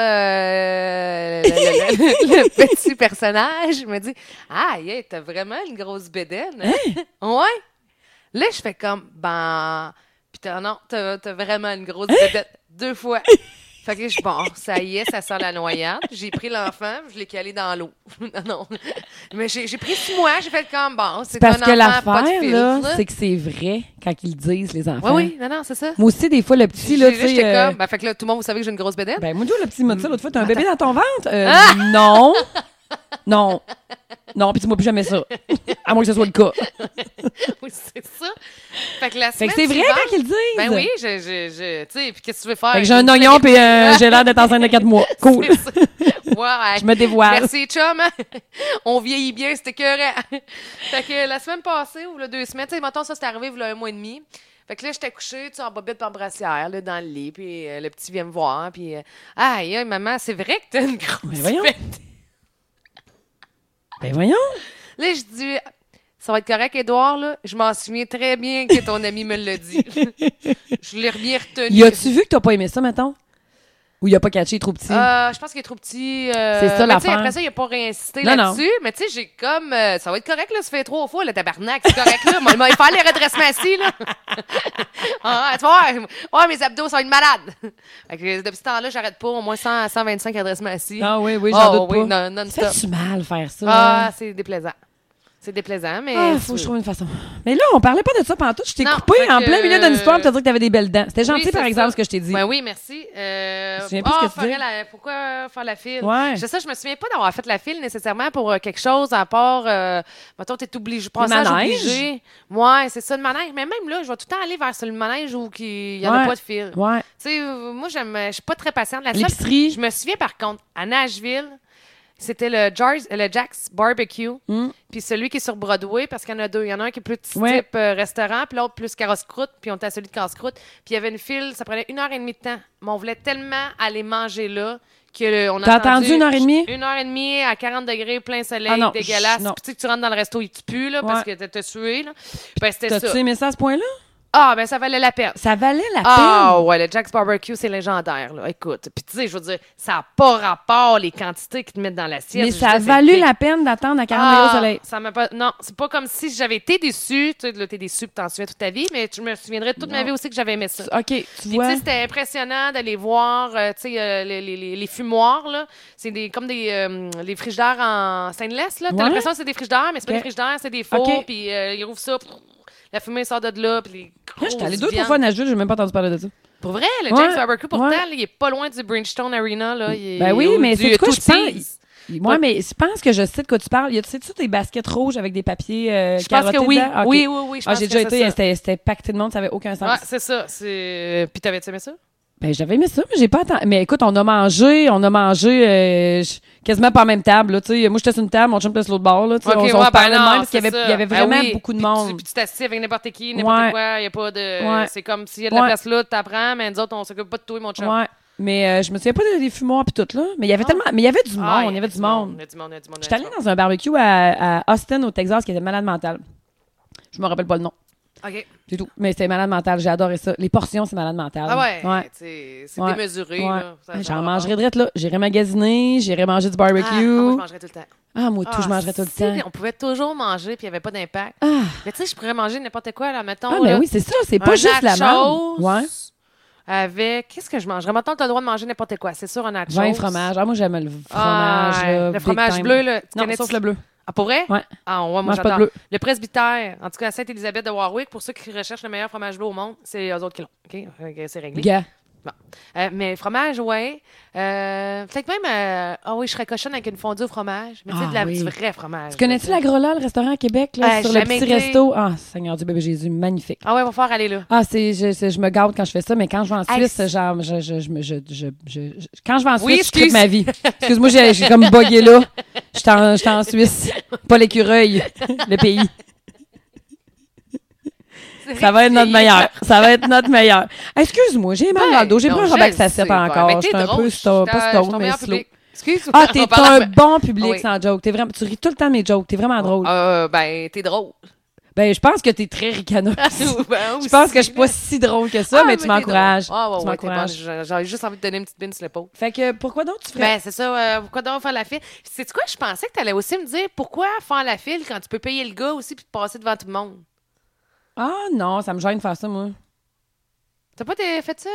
euh, le, le- le- le petit personnage me dit « Ah, yeah, t'as vraiment une grosse bédaine. Hein? Ouais. Là, je fais comme « Ben... » Puis t'as, non, t'as, t'as vraiment une grosse bédaine. Deux fois. Fait que je bon, ça y est, ça sent la noyade. J'ai pris l'enfant, je l'ai calé dans l'eau. non, non. Mais j'ai, j'ai pris six mois, j'ai fait comme bon, c'est Parce un que enfant, pas de l'affaire, filtre, là, là. c'est que c'est vrai quand ils le disent, les enfants. Oui, oui, non, non, c'est ça. Moi aussi, des fois, le petit, là, tu sais... j'étais euh, comme, ben, fait que là, tout le monde, vous savez que j'ai une grosse bédaine? Ben, moi, le petit m'a dit ça l'autre fois, t'as un Attends. bébé dans ton ventre? Euh, Ah! Non. Non. Non, puis dis-moi plus jamais ça. À moins que ce soit le cas. oui, c'est ça. Fait que la Fait semaine que c'est vrai suivante, quand ils le disent. Ben oui, je, je, je, tu sais, puis qu'est-ce que tu veux faire? Fait que j'ai un oignon puis euh, j'ai l'air d'être enceinte de quatre mois. Cool. C'est ça. Ouais, Je me dévoile. Merci, chum. On vieillit bien, c'était écœurant. Fait que la semaine passée, ou là, deux semaines, tu sais, mettons, ça, c'est arrivé il y a un mois et demi. Fait que là, j'étais couchée, tu sais, en bobette en brassière, là, dans le lit, puis euh, le petit vient me voir, puis... Euh, aïe, aïe, maman, c'est vrai que t'as une grosse Mais voyons. bête. Ben voyons. Là, je dis... Ça va être correct, Édouard, là. Je m'en souviens très bien que ton ami me l'a dit. Je l'ai bien retenu. Y a-tu vu que t'as pas aimé ça, mettons? Ou il a pas catché, il est trop petit? Euh, je pense qu'il est trop petit. euh, C'est ça, mais tu sais, l'affaire. après ça, il n'a pas réinsisté Non, là-dessus. Mais tu sais, j'ai comme. euh, ça va être correct, là. Ça fait trois fois, le tabarnak. C'est correct, là. Moi, il va faire les redressements assis, là. ah, tu vas voir. Ouais, mes abdos sont une malade. Fait que depuis ce temps-là, j'arrête pas. Au moins cent à cent vingt-cinq redressements assis. Ah oui, oui, j'en Oh, doute oui, pas. non, Ça non-stop. fait-tu mal faire ça? Ah, c'est déplaisant. C'est déplaisant, mais. Ah, faut que je trouve une façon. Mais là, on parlait pas de ça pantoute. Je t'ai Non, coupé fait en que- plein milieu d'une histoire pour te dire que t'avais des belles dents. C'était gentil, Oui, par c'est exemple, ça. ce que je t'ai dit. Ben oui, merci. Euh, Je me souviens plus ah, ce que tu ferait disais. la- pourquoi faire la file? Ouais. Je sais ça, je me souviens pas d'avoir fait la file nécessairement pour euh, quelque chose à part, euh, mettons, t'es obligé, passage manège? obligé. Ouais, c'est ça, le manège. Mais même là, je vais tout le temps aller vers ce le manège où il y en a Ouais. pas de file. Ouais. Tu sais, euh, moi, j'aime, je suis pas très patiente. La seule- L'épicerie. Je me souviens, par contre, à Nashville, c'était le, Jars, le Jack's Barbecue, Mm. puis celui qui est sur Broadway, parce qu'il y en a deux. Il y en a un qui est plus petit Ouais. type euh, restaurant, puis l'autre plus carosse-croûte, puis on était à celui de casse-croûte. Puis il y avait une file, ça prenait une heure et demie de temps. Mais on voulait tellement aller manger là que le- on a T'as attendu une heure et demie? Une heure et demie à quarante degrés, plein soleil, Ah non, dégueulasse. non. Puis tu sais que tu rentres dans le resto, il te pue, là, parce Ouais. que t'as- t'as sué, là. Ben, c'était ça. T'as-tu aimé ça à ce point-là? Ah, ben ça valait la peine. Ça valait la Ah peine. ouais, le Jack's Barbecue, c'est légendaire, là. Écoute, puis tu sais, je veux dire, ça n'a pas rapport les quantités qu'ils te mettent dans l'assiette. Mais Je ça a veux dire, valu c'est- la peine d'attendre à quarante Ah, degrés au soleil. ça m'a pas... Non, c'est pas comme si j'avais été déçue. Tu sais, là, t'es déçue puis t'en souviens toute ta vie, mais je me souviendrai toute ma Non. vie aussi que j'avais aimé ça. OK, tu Puis, tu vois. sais, c'était impressionnant d'aller voir, euh, tu sais, euh, les, les, les, les fumoirs, là. C'est des, comme des euh, les frigidaires en stainless, là. T'as Ouais. l'impression que c'est des frigidaires, mais c'est pas Ok. des frigidaires, c'est des fours. Ok. Puis euh, ils rouvrent ça, pff, la fumée sort de là, puis les Moi, j'étais allée grosses deux, trois viandes. fois à Nashville, j'ai même pas entendu parler de ça. Pour vrai, le Ouais, Jack's Barbecue, pourtant, ouais. là, il est pas loin du Bridgestone Arena, là. Il est Ben oui, au- mais du c'est quoi, je Tootsies. pense. Moi, Ouais. mais je pense que je sais de quoi tu parles. Y a, tu sais-tu tes baskets rouges avec des papiers euh, Je pense que carottés oui. dedans? Ah, ok. Oui, oui, oui, je Ah, pense j'ai que déjà c'est été, ça. c'était, c'était pacté de monde, ça avait aucun sens. Ouais, c'est ça. C'est... Puis t'avais-tu aimé ça? Ben, j'avais aimé ça, mais j'ai pas attendu. Mais écoute, on a mangé, on a mangé euh, j- quasiment pas en même table, là, tu sais. Moi, j'étais sur une table, mon chum était sur l'autre bord, là, tu sais. Ok, on, ouais, on se ben parlait de non, même parce qu'il y c'est avait, ça. il y avait Ben vraiment oui. beaucoup de Puis monde. Tu, puis tu t'assis avec n'importe qui, n'importe Ouais. quoi. Il y a pas de... Ouais. C'est comme s'il y a de la Ouais. place là, tu t'apprends, mais nous autres, on s'occupe pas de toi, mon chum. Ouais. Mais euh, je me souviens pas des fumoirs puis tout, là. Mais il y avait Ah. tellement. Mais il y avait du Ah, monde, il y avait du monde. Il y a du monde, il y a du monde. il y a J'étais du allée monde. dans un barbecue à, à Austin, au Texas, qui était malade mental. Je me rappelle pas le nom. OK. C'est tout. Mais c'est malade mental. J'ai adoré ça. Les portions, c'est malade mental. Ah ouais? Ouais. C'est, c'est Ouais. démesuré. Ouais. Là. Ça, Ouais, ça J'en va mangerais direct là. J'irais magasiner, j'irais manger du barbecue. Ah, ah, moi, je mangerais tout le temps. Ah, moi, tout, Ah, je mangerais tout le si, temps. On pouvait toujours manger, puis il n'y avait pas d'impact. Ah, Mais tu sais, je pourrais manger n'importe quoi, là, mettons. ah mais là, oui, c'est ça. C'est pas un juste la nachos merde. Ouais. Avec. Qu'est-ce que je mangerais? Mettons, tu as le droit de manger n'importe quoi. C'est sûr, un nachos. Vin, fromage. Ah, moi, j'aime le fromage. Ah, là, le big fromage time. bleu, là. Tu Non, connais- sauf le bleu. Ah, pour vrai? Ouais. Ah, ouais, moi, Mange pas de j'adore. bleu. Le presbytère, en tout cas, à Sainte-Élisabeth de Warwick, pour ceux qui recherchent le meilleur fromage bleu au monde, c'est eux autres qui l'ont. OK? Fait que c'est réglé. Gars. Bon. Euh, mais fromage, ouais. Euh, peut-être même. euh, Ah oui, je serais cochonne avec une fondue au fromage. Mais tu sais, Ah de la, oui. du vrai fromage. Tu connais-tu là, la Grola, le restaurant à Québec, là, Euh, sur le jamais petit été. resto? Ah, Seigneur du bébé Jésus, magnifique. Ah ouais, va falloir aller là. Ah, c'est, je, c'est- je me garde quand je fais ça, mais quand je vais en Hey, Suisse, c'est- genre, je, je, je, me- je, je, je- je- quand je vais en Suisse, Oui, je excuse. tripe ma vie. Excuse-moi, j'ai, j'ai comme bugué là. J'étais en, j'étais en Suisse, pas l'écureuil, le pays. Ça va être notre meilleur. Ça va être notre meilleur. Excuse-moi, j'ai mal dans le dos. J'ai Ben, pris non, un Robac je Sacet sais pas. encore. Mais Je t'es suis un drôle, peu je stone, suis pas ta- stone, je suis ton mais meilleur slow. public. Excuse. Ah, t'es on t'as parle un après. bon public Ah oui. sans joke. T'es vraiment, tu ris tout le temps de mes jokes. T'es vraiment drôle. Euh, ben, t'es drôle. Ben, je pense que t'es très ricaneuse. Ben, Je pense que je aussi, suis pas si drôle que ça, Ah, mais tu t'es m'encourages. drôle. Ah, ouais, Tu ouais, t'es bonne. m'encourages. J'ai- J'avais juste envie de te donner une petite bine sur l'épaule. Fait que pourquoi donc tu ferais? Ben, c'est ça. euh, pourquoi donc faire la file? C'est quoi? Je pensais que tu allais aussi me dire pourquoi faire la file quand tu peux payer le gars aussi puis te passer devant tout le monde. Ah non, ça me gêne de faire ça, moi. T'as pas t'es- fait ça?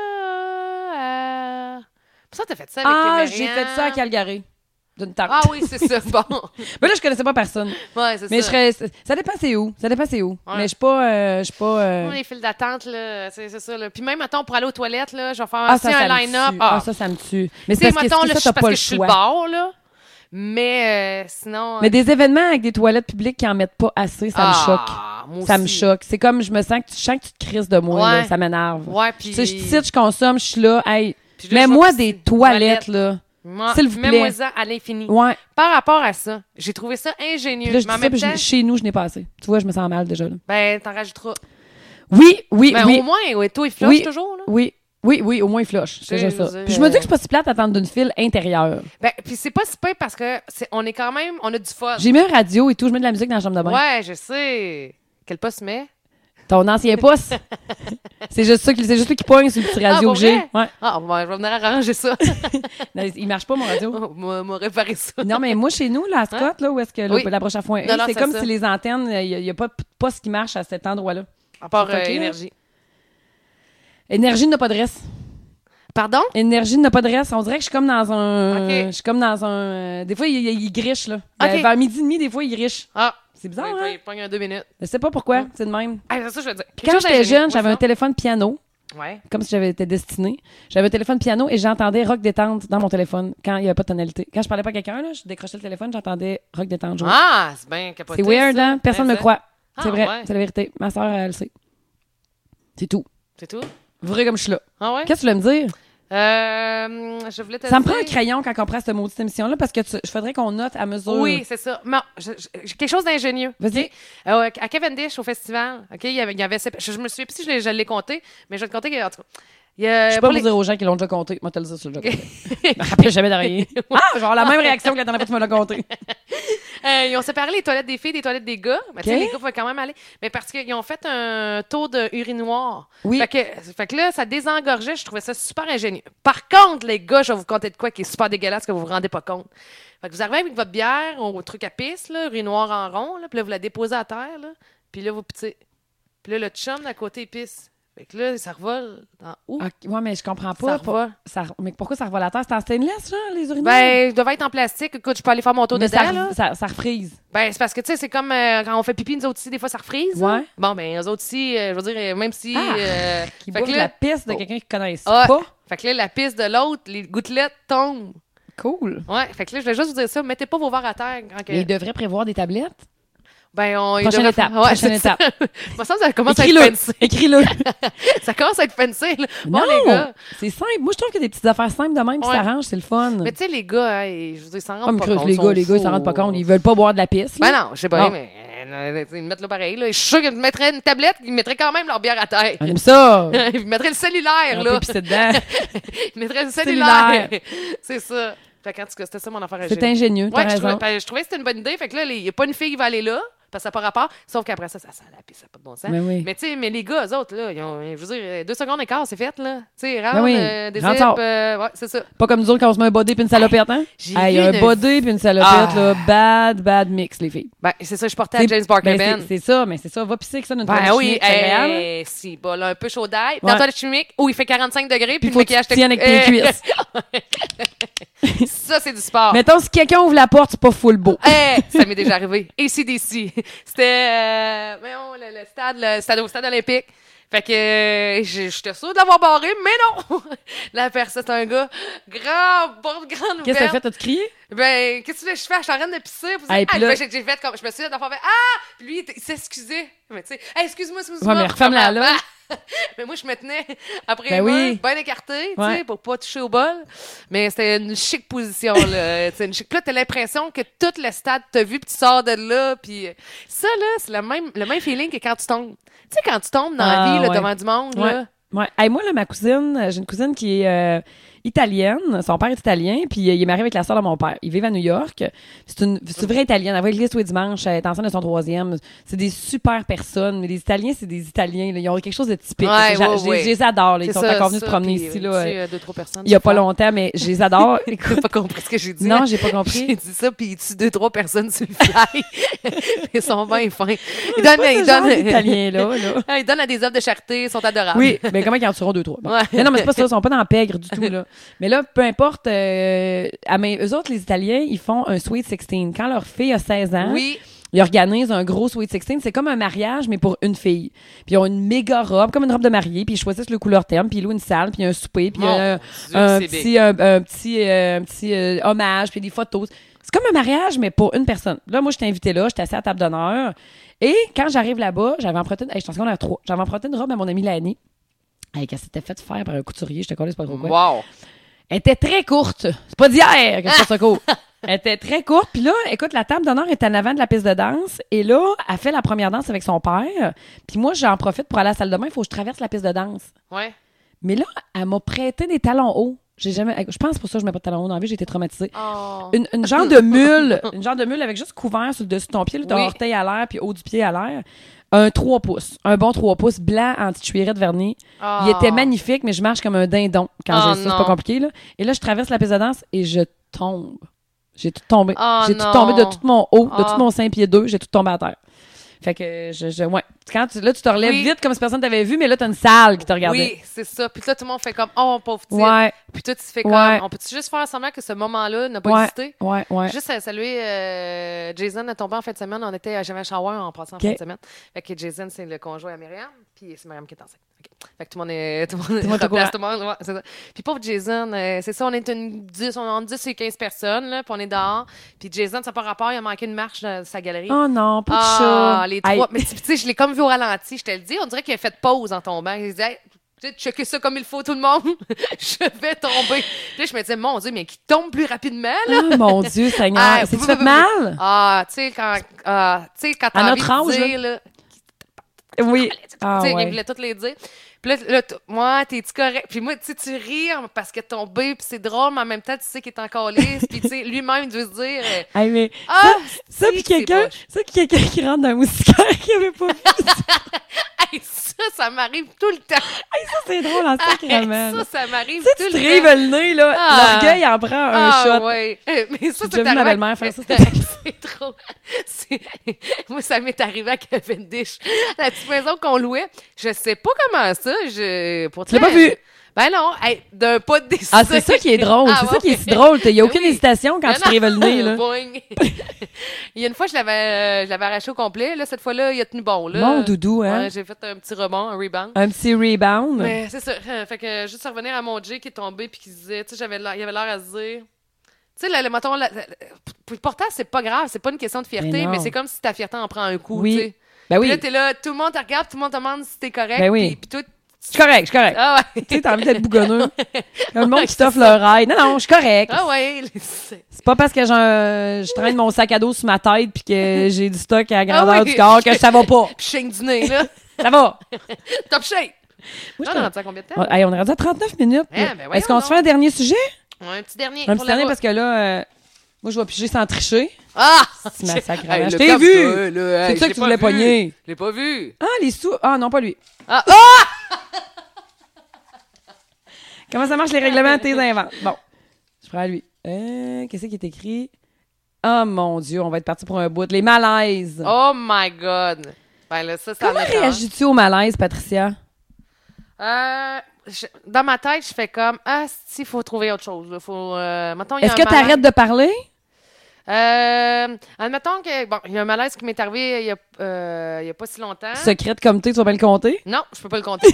Euh... Pour ça, t'as fait ça avec Ah, tes j'ai Myriam. fait ça à Calgary. D'une tarte. Ah oui, c'est ça. Bon. Ben là, je connaissais pas personne. Ouais, c'est Mais je ça. serais. Ça dépend c'est où. Ça dépend c'est où. Ouais. Mais je suis pas. euh, Je suis pas. euh, Moi, les files d'attente, là, c'est c'est ça. Là. Puis même, mettons, pour aller aux toilettes, là, je vais faire Ah, aussi ça, ça un me line-up. tue. Ah, Ah, ça, ça me tue. Mais tu c'est sais, parce que mettons, c'est là, ça, je- t'as parce pas que le je suis le choix. bord, là. Mais euh, sinon... Mais des événements avec des toilettes publiques qui en mettent pas assez, ça me choque. Ah, moi Ça me aussi. choque. C'est comme, je me sens que tu, je sens que tu te crises de moi, Ouais. là, ça m'énerve. Ouais, puis... Tu sais, je cite, je consomme, je suis là, hey, Puis là, mais je moi, vais des pisser. toilettes, là. Moi, s'il vous plaît. mets-moi-en à l'infini. Ouais. Par rapport à ça, j'ai trouvé ça ingénieux. Puis là, je mais en dis ça, même puis je- temps, chez nous, je n'ai pas assez. Tu vois, je me sens mal déjà, là. ben, t'en rajouteras. Oui, oui, Ben, oui. au moins, ouais, toi, il flush Oui. toujours, là. Oui, oui, oui, au moins il flush. C'est Tu sais, déjà je veux ça. dire, Puis je me dis euh, que c'est pas si plate d'attendre d'une file intérieure. Ben, puis c'est pas si pire parce que c'est, on est quand même, on a du fun. J'ai mis un radio et tout, je mets de la musique dans la chambre de bain. Ouais, je sais. Quel poste met? Ton ancien pouce. c'est juste ça, qui- c'est juste lui qui pogne sur le petit radio Ah, que j'ai. pour Ouais. Ah, bon, je vais venir arranger ça. Non, il marche pas, mon radio. On m'a m'a réparé ça. Non, mais moi, chez nous, là, à Scott, là, où est-ce que là, Oui. la broche à foin, Non, non, c'est c'est comme ça. si les antennes, il n'y a, pas de poste qui marche à cet endroit-là. À part C'est euh, fucké, là. énergie. Énergie n'a pas de reste. Pardon? Énergie n'a pas de reste. On dirait que je suis comme dans un. Ok. Je suis comme dans un. euh, Des fois, il, il, il griche, là. Ok. Vers midi et demi, des fois, il griche. Ah. C'est bizarre, Ben, hein? il pogne un deux minutes. Je sais pas pourquoi, Mm. c'est de même. Ah, c'est ça, je veux dire. Quelque Quand chose j'étais d'ingénieux. jeune, j'avais Ouais, un téléphone piano, ça. Ouais. comme si j'avais été destinée. J'avais un téléphone piano et j'entendais rock détente dans mon téléphone quand il n'y avait pas de tonalité. Quand je parlais pas à quelqu'un, là, je décrochais le téléphone, j'entendais rock détente jouer. Ah, c'est bien capoté. c'est weird, ça. hein? Personne ne Ben, me croit. Ah, c'est vrai, ouais. c'est la vérité. Ma soeur, elle le sait. C'est tout. C'est tout? Vrai comme je suis là. Ah ouais? Qu'est-ce que tu voulais me dire? Euh, je voulais te Ça me dire... prend un crayon quand on prend cette maudite émission-là parce que tu- je faudrait qu'on note à mesure. Oui, c'est ça. Non, je- je- j'ai quelque chose d'ingénieux. Vas-y. OK? Euh, à Cavendish, au festival, OK, il y avait... il y avait je, je me souviens plus si je l'ai, je l'ai compté, mais je vais te compter que, en tout cas... Il y a, Je sais pour pas vous les- dire aux gens qui l'ont déjà compté. Moi, te le dire sur le déjà compté. Je me rappelle jamais de rien. Ah, genre la même réaction que la dernière fois que tu me l'as compté. Euh, ils ont séparé les toilettes des filles des toilettes des gars. Mais tu sais, OK. les gars pouvaient quand même aller. Mais parce qu'ils ont fait un tour de urinoir. Oui. Fait que, fait que là, ça désengorgeait. Je trouvais ça super ingénieux. Par contre, les gars, je vais vous conter de quoi qui est super dégueulasse que vous vous rendez pas compte. Fait que vous arrivez avec votre bière au truc à pisse, là, urinoir en rond, là, puis là, vous la déposez à terre, là, puis là, vous pitez. Puis là, le chum d'à côté, il pisse. Fait que là, ça revole dans où? Ok, ouais, mais je comprends Ça pas. revole. Ça, mais pourquoi ça revole à terre? C'est en stainless, genre, les urinoirs? Ben, il devait être en plastique. Écoute, je peux aller faire mon tour mais dedans, ça, là. ça, ça refrise. Ben, c'est parce que, tu sais, c'est comme euh, quand on fait pipi, nous autres ici, des fois, ça refrise. Ouais. là. Bon, ben, eux autres ici, euh, je veux dire, euh, même si... Ah, euh, Qui fait bouffe que la là, piste de Oh. quelqu'un qui connaisse Ah, pas. fait que là, la piste de l'autre, les gouttelettes tombent. Cool. Ouais, fait que là, je voulais juste vous dire ça. Mettez pas vos verres à terre. Quand que... Mais il devrait prévoir des tablettes. Ben, on... il Prochaine devrait- étape, Ouais, prochaine c'est ça. étape. Moi, ça, ça commence à être Écris-le. fancy. Écris-le. Ça commence à être fancy, là. Bon, non, les gars. c'est simple. Moi, je trouve que des petites affaires simples de même qui Ouais. s'arrangent, c'est le fun. Mais tu sais, les gars, hein, ils- je veux dire, ils s'en Ah, rendent mais pas Chris, compte. les ils gars, sont les gars, ils s'en fous. rendent pas compte. Ils veulent pas boire de la pisse. Ben là. non, je sais pas, Non. mais euh, ils mettent là pareil. Là. Je suis sûre qu'ils mettraient une tablette, ils mettraient quand même leur bière à terre. On aime ça. Ils mettraient le cellulaire, On là. peut pisser dedans. Ils mettraient le cellulaire. Cellulaire. C'est ça. Fait qu'en tout cas, c'était ça mon affaire C'est ingénieux, t'as Ouais, je trouvais, raison. ben, je trouvais que c'était une bonne idée. Fait que là, il n'y a pas une fille qui va aller là. parce que ça n'a pas rapport. Sauf qu'après ça, ça sent la pisse, ça n'a pas de bon sens. Mais oui. Mais tu sais, mais les gars, eux autres, là, ils ont, je veux dire, deux secondes et quart, c'est fait, là. Tu sais, rentre, Ben oui, euh, des rentre zips, tard. euh, ouais, c'est ça. Pas comme nous autres quand on se met un body puis une salopette, hein? J'ai Hey, vu un une- body puis une salopette, Ah. là, bad, bad mix, les filles. Ben, c'est ça, je portais à C'est- James Barker ben, Band. c'est- C'est ça, mais c'est ça. Va pisser avec ça dans une Ben toilette oui, chimique, c'est agréable. hey, si, bon, là, un peu chaud d'ail. Ouais. Dans la toilette chimique, où il fait quarante-cinq degrés, puis Puis faut le que tu maquillage te tiennes avec tes Eh, cuisses. Ça, c'est du sport. Mettons, si quelqu'un ouvre la porte, c'est pas full beau. Eh, ça m'est déjà arrivé. A C D C. C'était euh, voyons, le, le stade, le stade au stade olympique. Fait que euh, j'ai- j'étais sûre de l'avoir barré, mais non! La personne, c'est un gars grand, bon, grande Qu'est-ce que t'as fait? T'as-tu crié? Ben, qu'est-ce que tu veux que je fais? Je suis en train de pisser. Puis Hey, ah, puis là- ben, j'ai j'ai fait comme, je me suis dit, d'enfant fait, ah! Puis lui, il était- il s'excusait. Mais tu sais, hey, excuse-moi, excuse-moi. Ouais, mais referme-la là. Mais moi, je me tenais après Ben les mains, oui. bien écartée, tu Ouais. sais, pour pas toucher au bol. Mais c'était une chic position, là. Tu sais, une chic. Puis là, t'as l'impression que tout le stade t'a vu, puis tu sors de là. Puis ça, là, c'est le même, le même feeling que quand tu tombes. Tu sais, quand tu tombes dans la Ah, vie, là, ouais. devant du monde, là. Ouais. Hey, moi, là, ma cousine, j'ai une cousine qui est euh, italienne. Son père est italien, puis euh, il est marié avec la sœur de mon père. Ils vivent à New York. C'est une, c'est une vraie italienne. Elle va à l'église tous les dimanches. Elle est enceinte de son troisième. C'est des super personnes. Mais les Italiens, c'est des Italiens. Là. Ils ont quelque chose de typique. Ouais, J'a- ouais, je, ouais. je les adore. Là. Ils C'est sont ça, encore venus ça, se promener puis, ici. euh, Là, tu sais, euh, euh, deux, trois personnes. il y a c'est pas fort. longtemps, mais je les adore. J'ai pas compris ce que j'ai dit. Non, hein? j'ai pas compris. J'ai dit ça, puis il tue deux, trois personnes sur le fly. Ils sont bien fins. Ils donnent, Pas ils ce genre donnent, d'Italiens-là. Là. Ah, ils donnent à des œuvres de charité, ils sont adorables. Oui, mais comment ils en tueront deux, trois? Bon. Ouais. Mais non, mais c'est pas ça, ils sont pas dans le pègre du tout, là. Mais là, peu importe, euh, à main- eux autres, les Italiens, ils font un Sweet seize. Quand leur fille a seize ans, Oui. ils organisent un gros Sweet seize. C'est comme un mariage, mais pour une fille. Puis ils ont une méga robe, comme une robe de mariée, puis ils choisissent le couleur thème, puis ils louent une salle, puis il y a un souper, puis il y a un, Mon Dieu, un c'est petit, un, un petit, euh, un petit euh, hommage, puis des photos. C'est comme un mariage, mais pour une personne. Là, moi, je t'ai invitée là, j'étais assise à la table d'honneur. Et quand j'arrive là-bas, j'avais emprunté, hey, j'étais en secondaire trois, j'avais emprunté une robe à mon amie Lani. Hey, qu'elle s'était faite faire par un couturier, je te connais, c'est pas trop quoi. Wow. Elle était très courte. C'est pas d'hier que je fais ça court. Elle était très courte. Puis là, écoute, la table d'honneur est en avant de la piste de danse. Et là, elle fait la première danse avec son père. Puis moi, j'en profite pour aller à la salle de bain. Il faut que je traverse la piste de danse. Ouais. Mais là, elle m'a prêté des talons hauts. J'ai jamais... Je pense pour ça que je mets pas de talons hauts dans la vie. J'ai été traumatisée. Oh. Une, une genre de mule. Une genre de mule avec juste couvert sur le dessus de ton pied. Là, ton Oui. orteil à l'air puis haut du pied à l'air. Un trois pouces. Un bon trois pouces blanc anti-cuirette vernis. Oh. Il était magnifique, mais je marche comme un dindon quand Oh j'ai ça. C'est non. pas compliqué, là. Et là, je traverse la piste de danse et je tombe. J'ai tout tombé. Oh j'ai tout non. tombé de tout mon haut, de Oh. tout mon cinq pieds deux. J'ai tout tombé à terre. Fait que, je, je, ouais. Quand tu, là, tu te relèves Oui. vite comme si personne t'avait vu, mais là, t'as une salle qui te regardait. Oui, c'est ça. Puis là, tout le monde fait comme, oh, pauvre petite. Ouais, Puis toi, tu fais comme, Ouais. on peut-tu juste faire semblant que ce moment-là n'a pas ouais, existé? ouais, ouais. Juste à saluer euh, Jason est tombé en fin de semaine. On était, j'avais un shower en passant en OK. fin de semaine. Fait que Jason, c'est le conjoint à Myriam, puis c'est Myriam qui est enceinte. OK. Fait que tout le monde est, tout le monde, Tout le monde est au replace courant. tout le monde. Ouais, c'est ça. Puis pauvre Jason, euh, c'est ça, on est une dix, on est entre dix et quinze personnes, là, puis on est dehors. Puis Jason, ça n'a pas rapport, il a manqué une marche dans sa galerie. Oh non, pas de Ah, chat. les Hey, trois. Mais tu sais, je l'ai comme vu au ralenti, je te le dis. On dirait qu'il a fait pause en tombant. Il disait, hey, tu sais, checker ça comme il faut, tout le monde. Je vais tomber. Puis là, je me disais, mon Dieu, mais qui tombe plus rapidement, là. Oh mon Dieu, Seigneur. Ah, C'est-tu bou- fait bou- bou- mal? Ah, tu sais, quand, ah, tu sais, quand t'as À envie notre de âge, dire, là. Oui. Tu Ah, sais, il ouais. voulait toutes les dire. Puis là, là t- moi, t'es-tu correct? Puis moi, tu sais, tu ris hein, parce que tombé, puis c'est drôle, mais en même temps, tu sais qu'il est encore lisse. Puis tu sais, lui-même, il doit se dire, euh, Hey, mais ah, ça, si puis que c'est quelqu'un, poche. ça, puis quelqu'un qui rentre dans un moustiquaire qui avait pas vu. Hey, ça, ça m'arrive tout le temps. Hey, ça, c'est drôle en Hey, sacrément. ça, ça m'arrive Tu sais, tout tu te le rives temps. le nez, là. Ah. L'orgueil en prend un Ah, shot. ouais. Euh, Mais ça, J'ai c'est déjà vu ma arrivé- belle-mère faire ça, c'était C'est trop. C'est- Moi, ça m'est arrivé à Cavendish. La petite maison qu'on louait, je sais pas comment ça. Je... Pour Tu l'as pas vu? Ben non, hey, d'un pas de décider. Ah, c'est ça qui est drôle. Ah, c'est ça ouais. qui est si drôle. Il n'y a aucune Oui. hésitation quand Ben tu te rives le nez, là. Boing. Il y a une fois, je l'avais, euh, je l'avais arraché au complet. Là, cette fois-là, il a tenu bon. Là. Mon doudou, hein? Ouais, j'ai fait un petit rebond, un rebound. Un petit rebound. Mais c'est ça. Euh, Fait que juste revenir à mon Jay qui est tombé puis qui disait, tu sais, j'avais l'air- il avait l'air à se dire. Tu sais, le, le, mettons, la- la- pour- pourtant, c'est pas grave, c'est pas une question de fierté, Mais non. mais c'est comme si ta fierté en prend un coup, Oui. tu sais. Ben Puis oui. là, t'es là, tout le monde te regarde, tout le monde te demande si t'es correct. Ben oui. Puis, puis toi, Je suis correct, je suis correct. ah ouais. Tu sais, t'as envie d'être bougonneux. Comme le monde Ouais, qui c'est t'offre leur ride. Non, non, je suis correct. Ah ouais. c'est- C'est pas parce que j'ai un- je traîne mon sac à dos sur ma tête puis que j'ai du stock à la grandeur Ah oui. du corps que ça va pas. Puis chaîne du nez, là. Ça va. Top shape. Moi, Non, je on te- est à combien de temps? Oh, hey, on est rendu à trente-neuf minutes. Eh, là. ben voyons Est-ce qu'on se donc. fait un dernier sujet? Ouais, un petit dernier. Un pour petit dernier la parce que là, euh, Moi, je vais piger sans tricher. Ah! Tu massacres. Hey, je le t'ai cap, vu! toi, là, C'est hey, ça je que l'ai tu pas voulais vu. pogner. Je l'ai pas vu. Ah, les sous. Ah, non, pas lui. Ah! Ah! Comment ça marche les règlements? Tes inventes. Bon. Je prends à lui. Euh, qu'est-ce qui est écrit? Oh mon Dieu, on va être parti pour un bout. Les malaises. Oh my God! Ben là, ça, ça Comment en est un. réagis-tu aux malaises, Patricia? Euh, je- dans ma tête, je fais comme ah, si, faut trouver autre chose. Là. Faut, euh, mettons, il y a Est-ce un que tu malaise. arrêtes de parler? Euh, admettons que bon, il y a un malaise qui m'est arrivé il y a, euh, il y a pas si longtemps. Secrète comme t'es, tu vas bien le compter? Non, je peux pas le compter.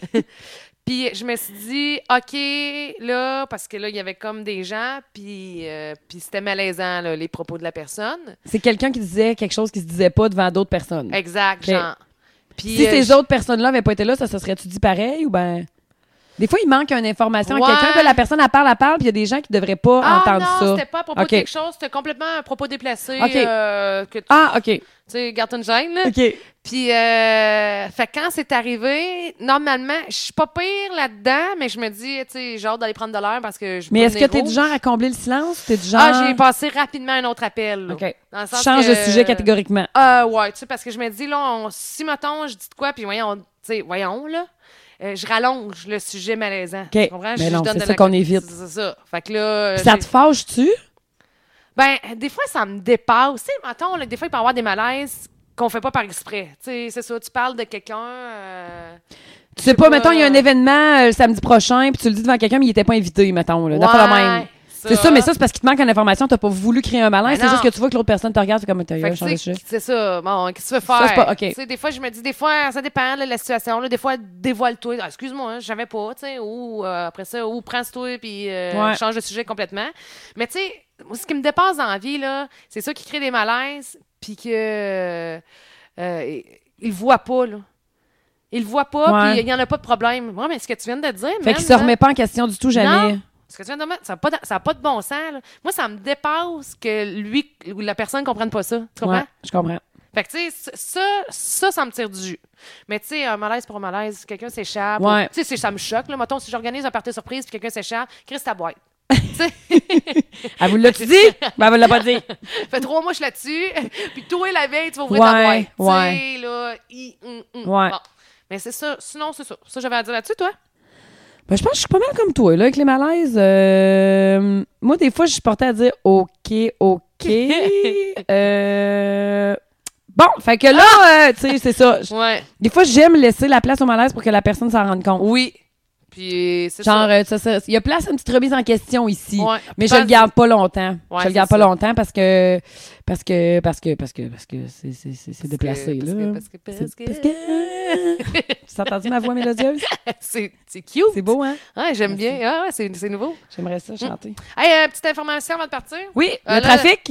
Puis je me suis dit OK, là, parce que là, il y avait comme des gens, puis euh, puis c'était malaisant là, les propos de la personne. C'est quelqu'un qui disait quelque chose qui se disait pas devant d'autres personnes. Exact, Ok. genre. Puis Si euh, ces je- autres personnes-là n'avaient pas été là, ça se serait-tu dit pareil ou ben. Des fois, il manque une information à Ouais. quelqu'un, puis la personne, elle parle, elle parle, puis il y a des gens qui devraient pas Ah entendre non, ça. c'était pas à propos Ok. de quelque chose, c'était complètement un propos déplacé. Ok. euh, que tu Ah, OK. tu sais, garde une gêne, là. OK. Puis, euh, fait que quand c'est arrivé, normalement, je suis pas pire là-dedans, mais je me dis, tu sais, j'ai hâte d'aller prendre de l'air parce que je Mais est-ce que t'es t'es du genre à combler le silence? T'es du genre. Ah, j'ai passé rapidement un autre appel. là. OK. Dans le sens Change que- de sujet catégoriquement. Euh, ouais, tu sais, parce que je me dis, là, on- si, mettons, je dis de quoi, puis voyons, tu sais, voyons, là, euh, je rallonge le sujet malaisant. OK. Tu comprends? Mais Je- je non, donne c'est de ça la- qu'on évite. C'est c'est ça. Fait que là. Puis ça j'ai- te fâche-tu? Ben, des fois, ça me dépasse. Tu sais, mettons, là, des fois, il peut y avoir des malaises qu'on fait pas par exprès. Tu sais, c'est ça, tu parles de quelqu'un. euh, Tu sais pas, mettons, il y a un événement euh, le samedi prochain, puis tu le dis devant quelqu'un, mais il était pas invité, mettons. Là, d'affaire de même. Ouais, C'est ça, mais ça, c'est parce qu'il te manque une information, t'as pas voulu créer un malaise. Ben C'est non. juste que tu vois que l'autre personne te regarde, c'est comme, t'as Fait que, changé de tu sais, sujet. c'est ça. Bon, qu'est-ce que tu veux Ça, faire? c'est pas- OK. Tu sais, des fois, je me dis, des fois, ça dépend de la situation. Là, des fois, dévoile-toi. Ah, excuse-moi, hein, je savais pas. Tu sais, ou euh, après ça, ou prends-toi puis euh, Ouais. change de sujet complètement. Mais tu sais, moi, ce qui me dépasse dans la vie, là, c'est ça qui crée des malaises, puis que euh, euh, ils le voient pas, là. Ils le voient pas, Ouais. puis il y en a pas de problème. Ouais, mais ce que tu viens de dire, Fait man, qu'il se là, remet pas en question du tout, jamais. Non. Ce que tu viens de mettre, ça n'a pas, de- ça a pas de bon sens. Là. Moi, ça me dépasse que lui ou la personne ne comprenne pas ça. Tu comprends? Ouais, je comprends. Fait que, tu sais, ça, ça, ça me tire du jus. Mais, tu sais, un malaise pour un malaise, quelqu'un s'échappe. Ouais. ou- Tu sais, c'est- ça me choque. Là. Mettons, si j'organise un party surprise puis quelqu'un s'échappe, Chris ta boîte. Tu sais, Elle vous l'a-tu dit? Ben, elle vous l'a pas dit. fait trois mois, je suis là-dessus. Puis toi, la veille, tu vas ouvrir ta Ouais, boîte. ouais. Tu sais, là, i, hum, hum. Ouais. Bon. Mais c'est ça. Sinon, c'est ça. Ça, j'avais à dire là-dessus, toi? Ben, je pense que je suis pas mal comme toi, là, avec les malaises. Euh, Moi, des fois, je suis portée à dire OK, OK. euh... Bon, fait que là, euh, tu sais, c'est ça. Ouais. Des fois, j'aime laisser la place au malaise pour que la personne s'en rende compte. Oui. Puis, c'est Genre, ça. euh, ça, ça- il y a place à une petite remise en question ici. Ouais. Mais je Pense- le garde pas longtemps. Ouais, je le garde c'est pas ça. longtemps parce que parce que parce que parce que parce que c'est c'est c'est c'est déplacé parce là. que- parce que- parce C'est- que- parce que Tu as entendu ma voix mélodieuse? c'est c'est cute. C'est beau hein? Ouais, j'aime bien. Ah, ouais, c'est c'est nouveau. J'aimerais ça chanter. Hey, euh, petite information avant de partir. Oui, Euh, le là- trafic.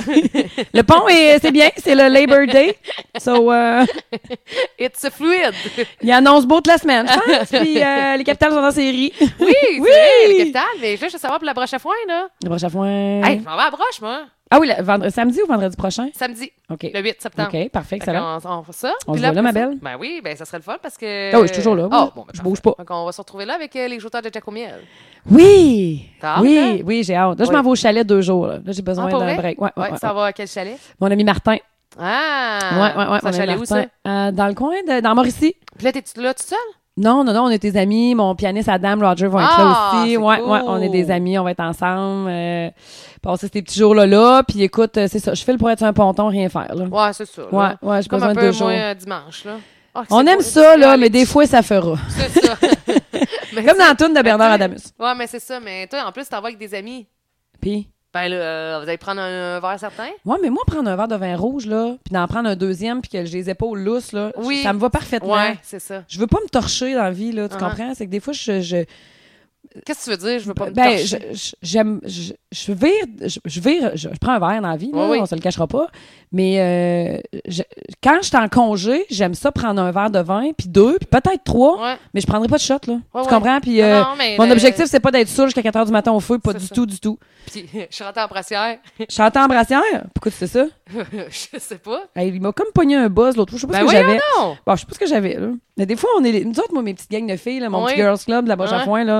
Le pont est c'est bien, c'est le Labor Day. So euh, It's a fluid. il annonce beau toute la semaine, je pense. Puis euh, les capitales sont en série. Oui, c'est Oui! vrai, le capital. Mais là, je veux savoir pour la broche à foin, là. Le prochain fois. Hey, je m'en vais à la broche, moi. Ah oui, le vendre- samedi ou vendredi prochain? Samedi, OK. le huit septembre. OK, parfait, Fait excellent. qu'on- on fait ça. On Puis se voit là, ma après ça- belle? Ben oui, ben ça serait le fun parce que. Ah oui, je suis toujours là, oui. Oh, bon, ben, Je parfait. bouge pas. Donc, on va se retrouver là avec euh, les jouteurs de Jack au miel. Oui! T'as hâte, Oui, hein? oui, j'ai hâte. Là, je Oui. m'en vais au chalet deux jours. Là, Là, j'ai besoin Ah, pour d'un vrai? break. Ouais, ouais, Ouais, ouais, ça ouais. va à quel chalet? Mon ami Martin. Ah! ouais, ouais, ouais. C'est un mon chalet ami où, ça? Martin. Euh, dans le coin, de, dans Mauricie. Puis là, t'es-tu là toute seule? Non, non, non, on est tes amis. Mon pianiste Adam, Roger vont être Ah, là aussi. c'est Ouais, cool. ouais, on est des amis, on va être ensemble. Euh, passer ces petits jours-là là. Puis écoute, euh, c'est ça. Je file pour être sur un ponton, rien faire. Là. Ouais, c'est ça. là. Ouais, ouais, j'ai Comme besoin un de peu deux jours. moins euh, dimanche, là. Ah, On c'est aime beau. ça, là, Allez, mais des fois, ça fera. C'est ça. Mais Comme tu- dans la toune de Bernard mais tu- Adamus. Ouais, mais c'est ça. Mais toi, en plus, t'en vas avec des amis. Puis, Ben là, euh, vous allez prendre un, un verre certain? ouais, mais moi, prendre un verre de vin rouge, là, puis d'en prendre un deuxième, puis que j'ai les épaules lousses, là, Oui. ça me va parfaitement. Ouais, c'est ça. Je veux pas me torcher dans la vie, là, tu Uh-huh. comprends? C'est que des fois, je... je Qu'est-ce que tu veux dire? Je veux pas me ben, torcher. je, je- j'aime... Je, je vire... Je, je vire... Je, je prends un verre dans la vie, là, Oui, oui. on se le cachera pas. Mais euh, je- quand je suis en congé, j'aime ça prendre un verre de vin, puis deux, puis peut-être trois, Ouais. mais je prendrai pas de shot, là. Ouais, tu ouais. comprends? Puis Non, euh, non, mais mon le- objectif, c'est pas d'être saoul jusqu'à quatre heures du matin au feu, pas C'est du ça. tout, du tout. Puis, je suis rentrée en brassière. Je suis en brassière. Pourquoi tu sais ça? Je sais pas. Hey, il m'a comme pogné un buzz l'autre fois. Je sais pas Ben ce que voyons j'avais. non! Bon, je sais pas ce que j'avais, là. Mais des fois, on est. les- Nous autres, moi, mes petites gangs de filles, là, mon Oui. petit girls club de la broche à Ouais. foin, là, on, nous autres, on,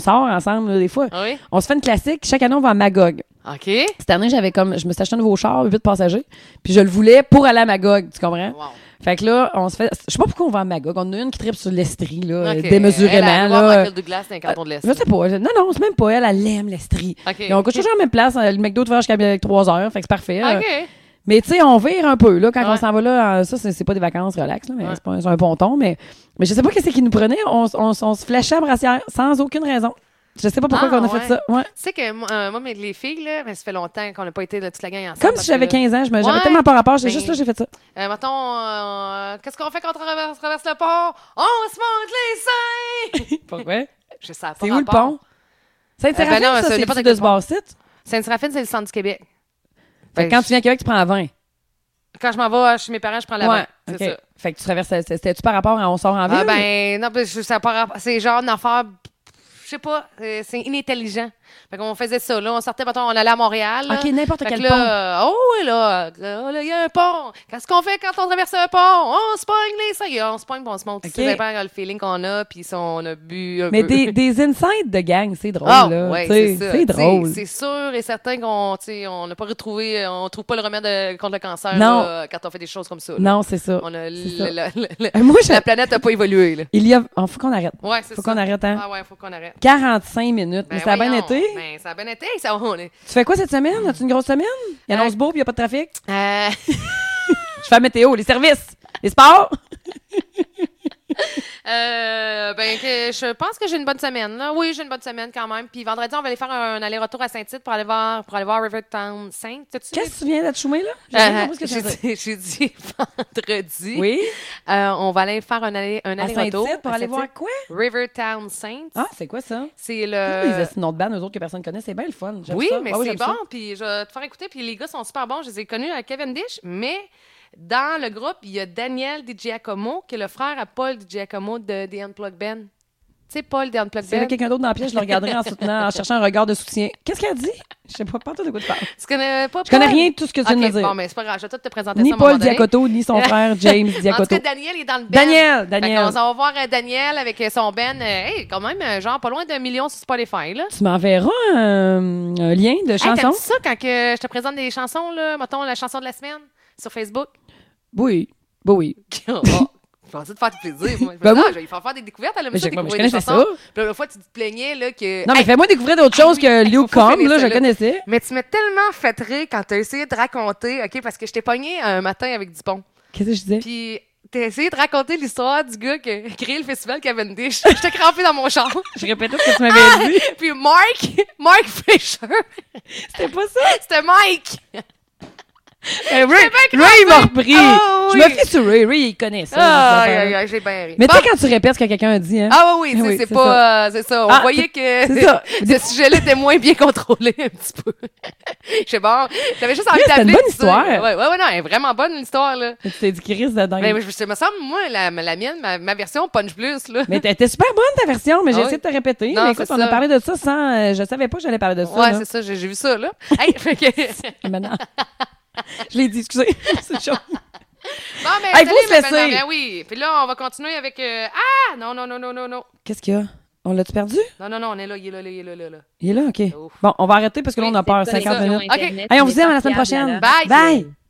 sort ensemble, là, des fois. Ah oui? On se fait une classique. Chaque année, on va à Magog. OK. Cette année, j'avais comme, je me suis acheté un nouveau char, huit passagers. Puis je le voulais pour aller à Magog, tu comprends? Wow. Fait que là, on se fait. Je sais pas pourquoi on va à Magog. On a une qui tripe sur l'Estrie, là, OK. démesurément. Elle, elle va voir là. Michael Douglas dans le canton de l'Est. Je sais pas. Non, non, c'est même pas elle. Elle aime l'Estrie. OK. Et on couche toujours à la même place. Le McDo te fait jusqu'à trois heures. Fait que c'est parfait. là. OK. Mais tu sais, on vire un peu, là, quand Ouais. on s'en va là. euh, Ça, c'est, c'est pas des vacances relax, là, mais Ouais. c'est pas un, c'est un ponton. Mais, mais je sais pas qu'est-ce qui nous prenait. On, on, on se flashait à brassière sans aucune raison. Je sais pas pourquoi Ah, qu'on a ouais. fait ça. Ouais. Tu sais que moi, euh, moi, mais les filles, là, ben, ça fait longtemps qu'on n'a pas été là, toute la gang ensemble. Comme parce si j'avais que, là, quinze ans. Je me, j'avais Ouais. tellement pas rapport. J'ai Ben, juste là, j'ai fait ça. Euh, mettons, euh, qu'est-ce qu'on fait quand on traverse, traverse le pont? On se monte les seins! Pourquoi? Je sais pas. C'est où le pont? Saint-Séraphine, Euh, ben non, ça, c'est c'est n'importe de quel ce pont. bar-site? Sainte-Séraphine, c'est le centre du Québec. Fait que quand tu viens à Québec, tu prends vingt. Quand je m'en vais chez mes parents, je prends la Ouais, vingt. C'est OK. ça. Fait que tu traverses. C'était-tu par rapport à On sort en ville? Ah ben, non, ben, je- ça a pas rapport- c'est genre une affaire, je sais pas, euh, c'est inintelligent. Fait qu'on faisait ça, là, on sortait, mettons, on allait à Montréal. là. OK, n'importe Fait quel que pont. là, oh oui, là, là, là, il y a un pont. Qu'est-ce qu'on fait quand on traverse un pont? On se pogne les seins. On se pogne, puis on se monte. OK. Ça dépend le feeling qu'on a, puis si on a bu un Mais peu. des, des insides de gang, c'est drôle, Ah, là. ouais, Tu sais, c'est ça. c'est Tu sais, drôle. C'est sûr et certain qu'on tu sais, on n'a pas retrouvé, on trouve pas le remède euh, contre le cancer Non. là, quand on fait des choses comme ça. là. Non, c'est ça. On a C'est le- ça. le- le- le- Euh, Moi, je- la planète n'a pas évolué. Là. il y a. Oh, faut qu'on arrête. Ouais, c'est Faut ça. qu'on arrête, hein? Ah ouais, faut qu'on arrête. quarante-cinq minutes. Ben Mais ça a bien voyons. été. Ben, ça a bien été. Ça, on est... Tu fais quoi cette semaine? As-tu une grosse semaine? Il annonce Euh, beau puis il n'y a pas de trafic? Euh, Je fais la météo, les services, les sports. euh, ben, que je pense que j'ai une bonne semaine. Là. Oui, j'ai une bonne semaine quand même. Puis vendredi, on va aller faire un, aller-retour à Saint-Tite pour aller voir, pour aller voir Rivertown Saint. T'as-tu Qu'est-ce que tu viens d'être choumé, là? J'ai Euh, rien compris ce que tu j'ai as dit. dit, j'ai dit vendredi. Oui? Euh, on va aller faire un, aller, un À aller-retour. Saint-Tite pour à aller voir Saint-Tite. quoi? Rivertown Saint. Ah, c'est quoi ça? C'est Les le. noms de band, eux autres que personne ne connaît, c'est bien le fun. J'aime Oui, ça. mais Ah c'est j'aime bon. ça. Puis je vais te faire écouter. Puis les gars sont super bons. Je les ai connus à Cavendish. Mais dans le groupe, il y a Daniel DiGiacomo, qui est le frère à Paul DiGiacomo de The Unplugged Band. Tu sais, Paul The Unplugged S'il y avait Band. quelqu'un d'autre dans la pièce, je le regarderais en soutenant, en cherchant un regard de soutien. Qu'est-ce qu'elle dit? Je sais pas, pas tout de quoi tu parles. Tu connais pas Je connais Paul? rien de tout ce que tu viens de me Ok, dire. bon, mais c'est pas grave. Je vais tout te présenter Ni ça à un moment Paul donné. Diacoto, ni son frère James En tout Diacoto. cas, Daniel est dans le band. Daniel, Fait Daniel. qu'on s'en va voir euh, Daniel avec euh, son band. euh, hey, quand même, euh, genre pas loin d'un million sur Spotify, là. Tu m'enverras un, un lien de Hey, chanson? t'aimes ça quand que je te présente des chansons, là? Mettons la chanson de la semaine sur Facebook? Oui. Bah oui. Oh, je pensais te faire du plaisir. Moi. Je Ben me dis, oui. ah, je vais lui faire faire des découvertes. Elle aime Mais ça, je- moi, je découvrir des connaissais chansons. ça. Puis là, l'autre fois, tu te plaignais là, que... Non, mais Hey, fais-moi découvrir d'autres ah choses oui, que hey, Luke faut- faut Com, finir là, ça, je là. connaissais. Mais tu m'as tellement fait rire quand t'as essayé de raconter, OK, parce que je t'ai pogné un matin avec Dupont. Qu'est-ce que je disais? Puis t'as essayé de raconter l'histoire du gars qui a créé le festival Cavendish. J'étais crampée dans mon char. Je répétais ce que tu m'avais dit. Puis Mark, Mark Fisher, C'était pas ça. c'était Mike. Eh, Ray, bien Ray, il m'a repris. Ah, Je oui. me fie sur Ray. Ray, il connaît ça. Ah, cette aïe, affaire-là. aïe, aïe, j'ai bien ri. Mais tu Bon. sais, quand tu répètes ce que quelqu'un a dit, hein? Ah oui, oui, tu sais, Oui, c'est c'est pas... euh, c'est ça. On Ah, voyait que c'est ça. ce sujet-là était moins bien contrôlé un petit peu. Je sais bon, j'avais juste envie Mais c'était une d'appeler. bonne tu sais. histoire. Ouais, ouais, ouais, non, elle est vraiment bonne l'histoire, là. Tu t'es dit Chris dedans. Mais je ça me semble, moi, la, la mienne, ma, ma version punch plus, là. Mais t'étais super bonne ta version, mais j'ai Ah essayé oui. de te répéter. Non, mais écoute, c'est on ça. a parlé de ça sans. euh, je savais pas que j'allais parler de ça. Ouais, là. c'est ça, j'ai j'ai vu ça, là. Hey, fait que... Et maintenant. Je l'ai dit, excusez. C'est chaud. Bon, mais Hey, faut salut, se ma laisser. belle-mère. Ben oui. Puis là, on va continuer avec... euh, Ah! Non, non, non, non, non, non. Qu'est-ce qu'il y a? On l'a-tu perdu? Non, non, non, on est là, il est là, il est là, il est là. Il est là, OK. Ouf. Bon, on va arrêter parce que là, on a peur. c'est cinquante ça. minutes. OK. Hey, on vous dit à la semaine prochaine. Bye. Bye.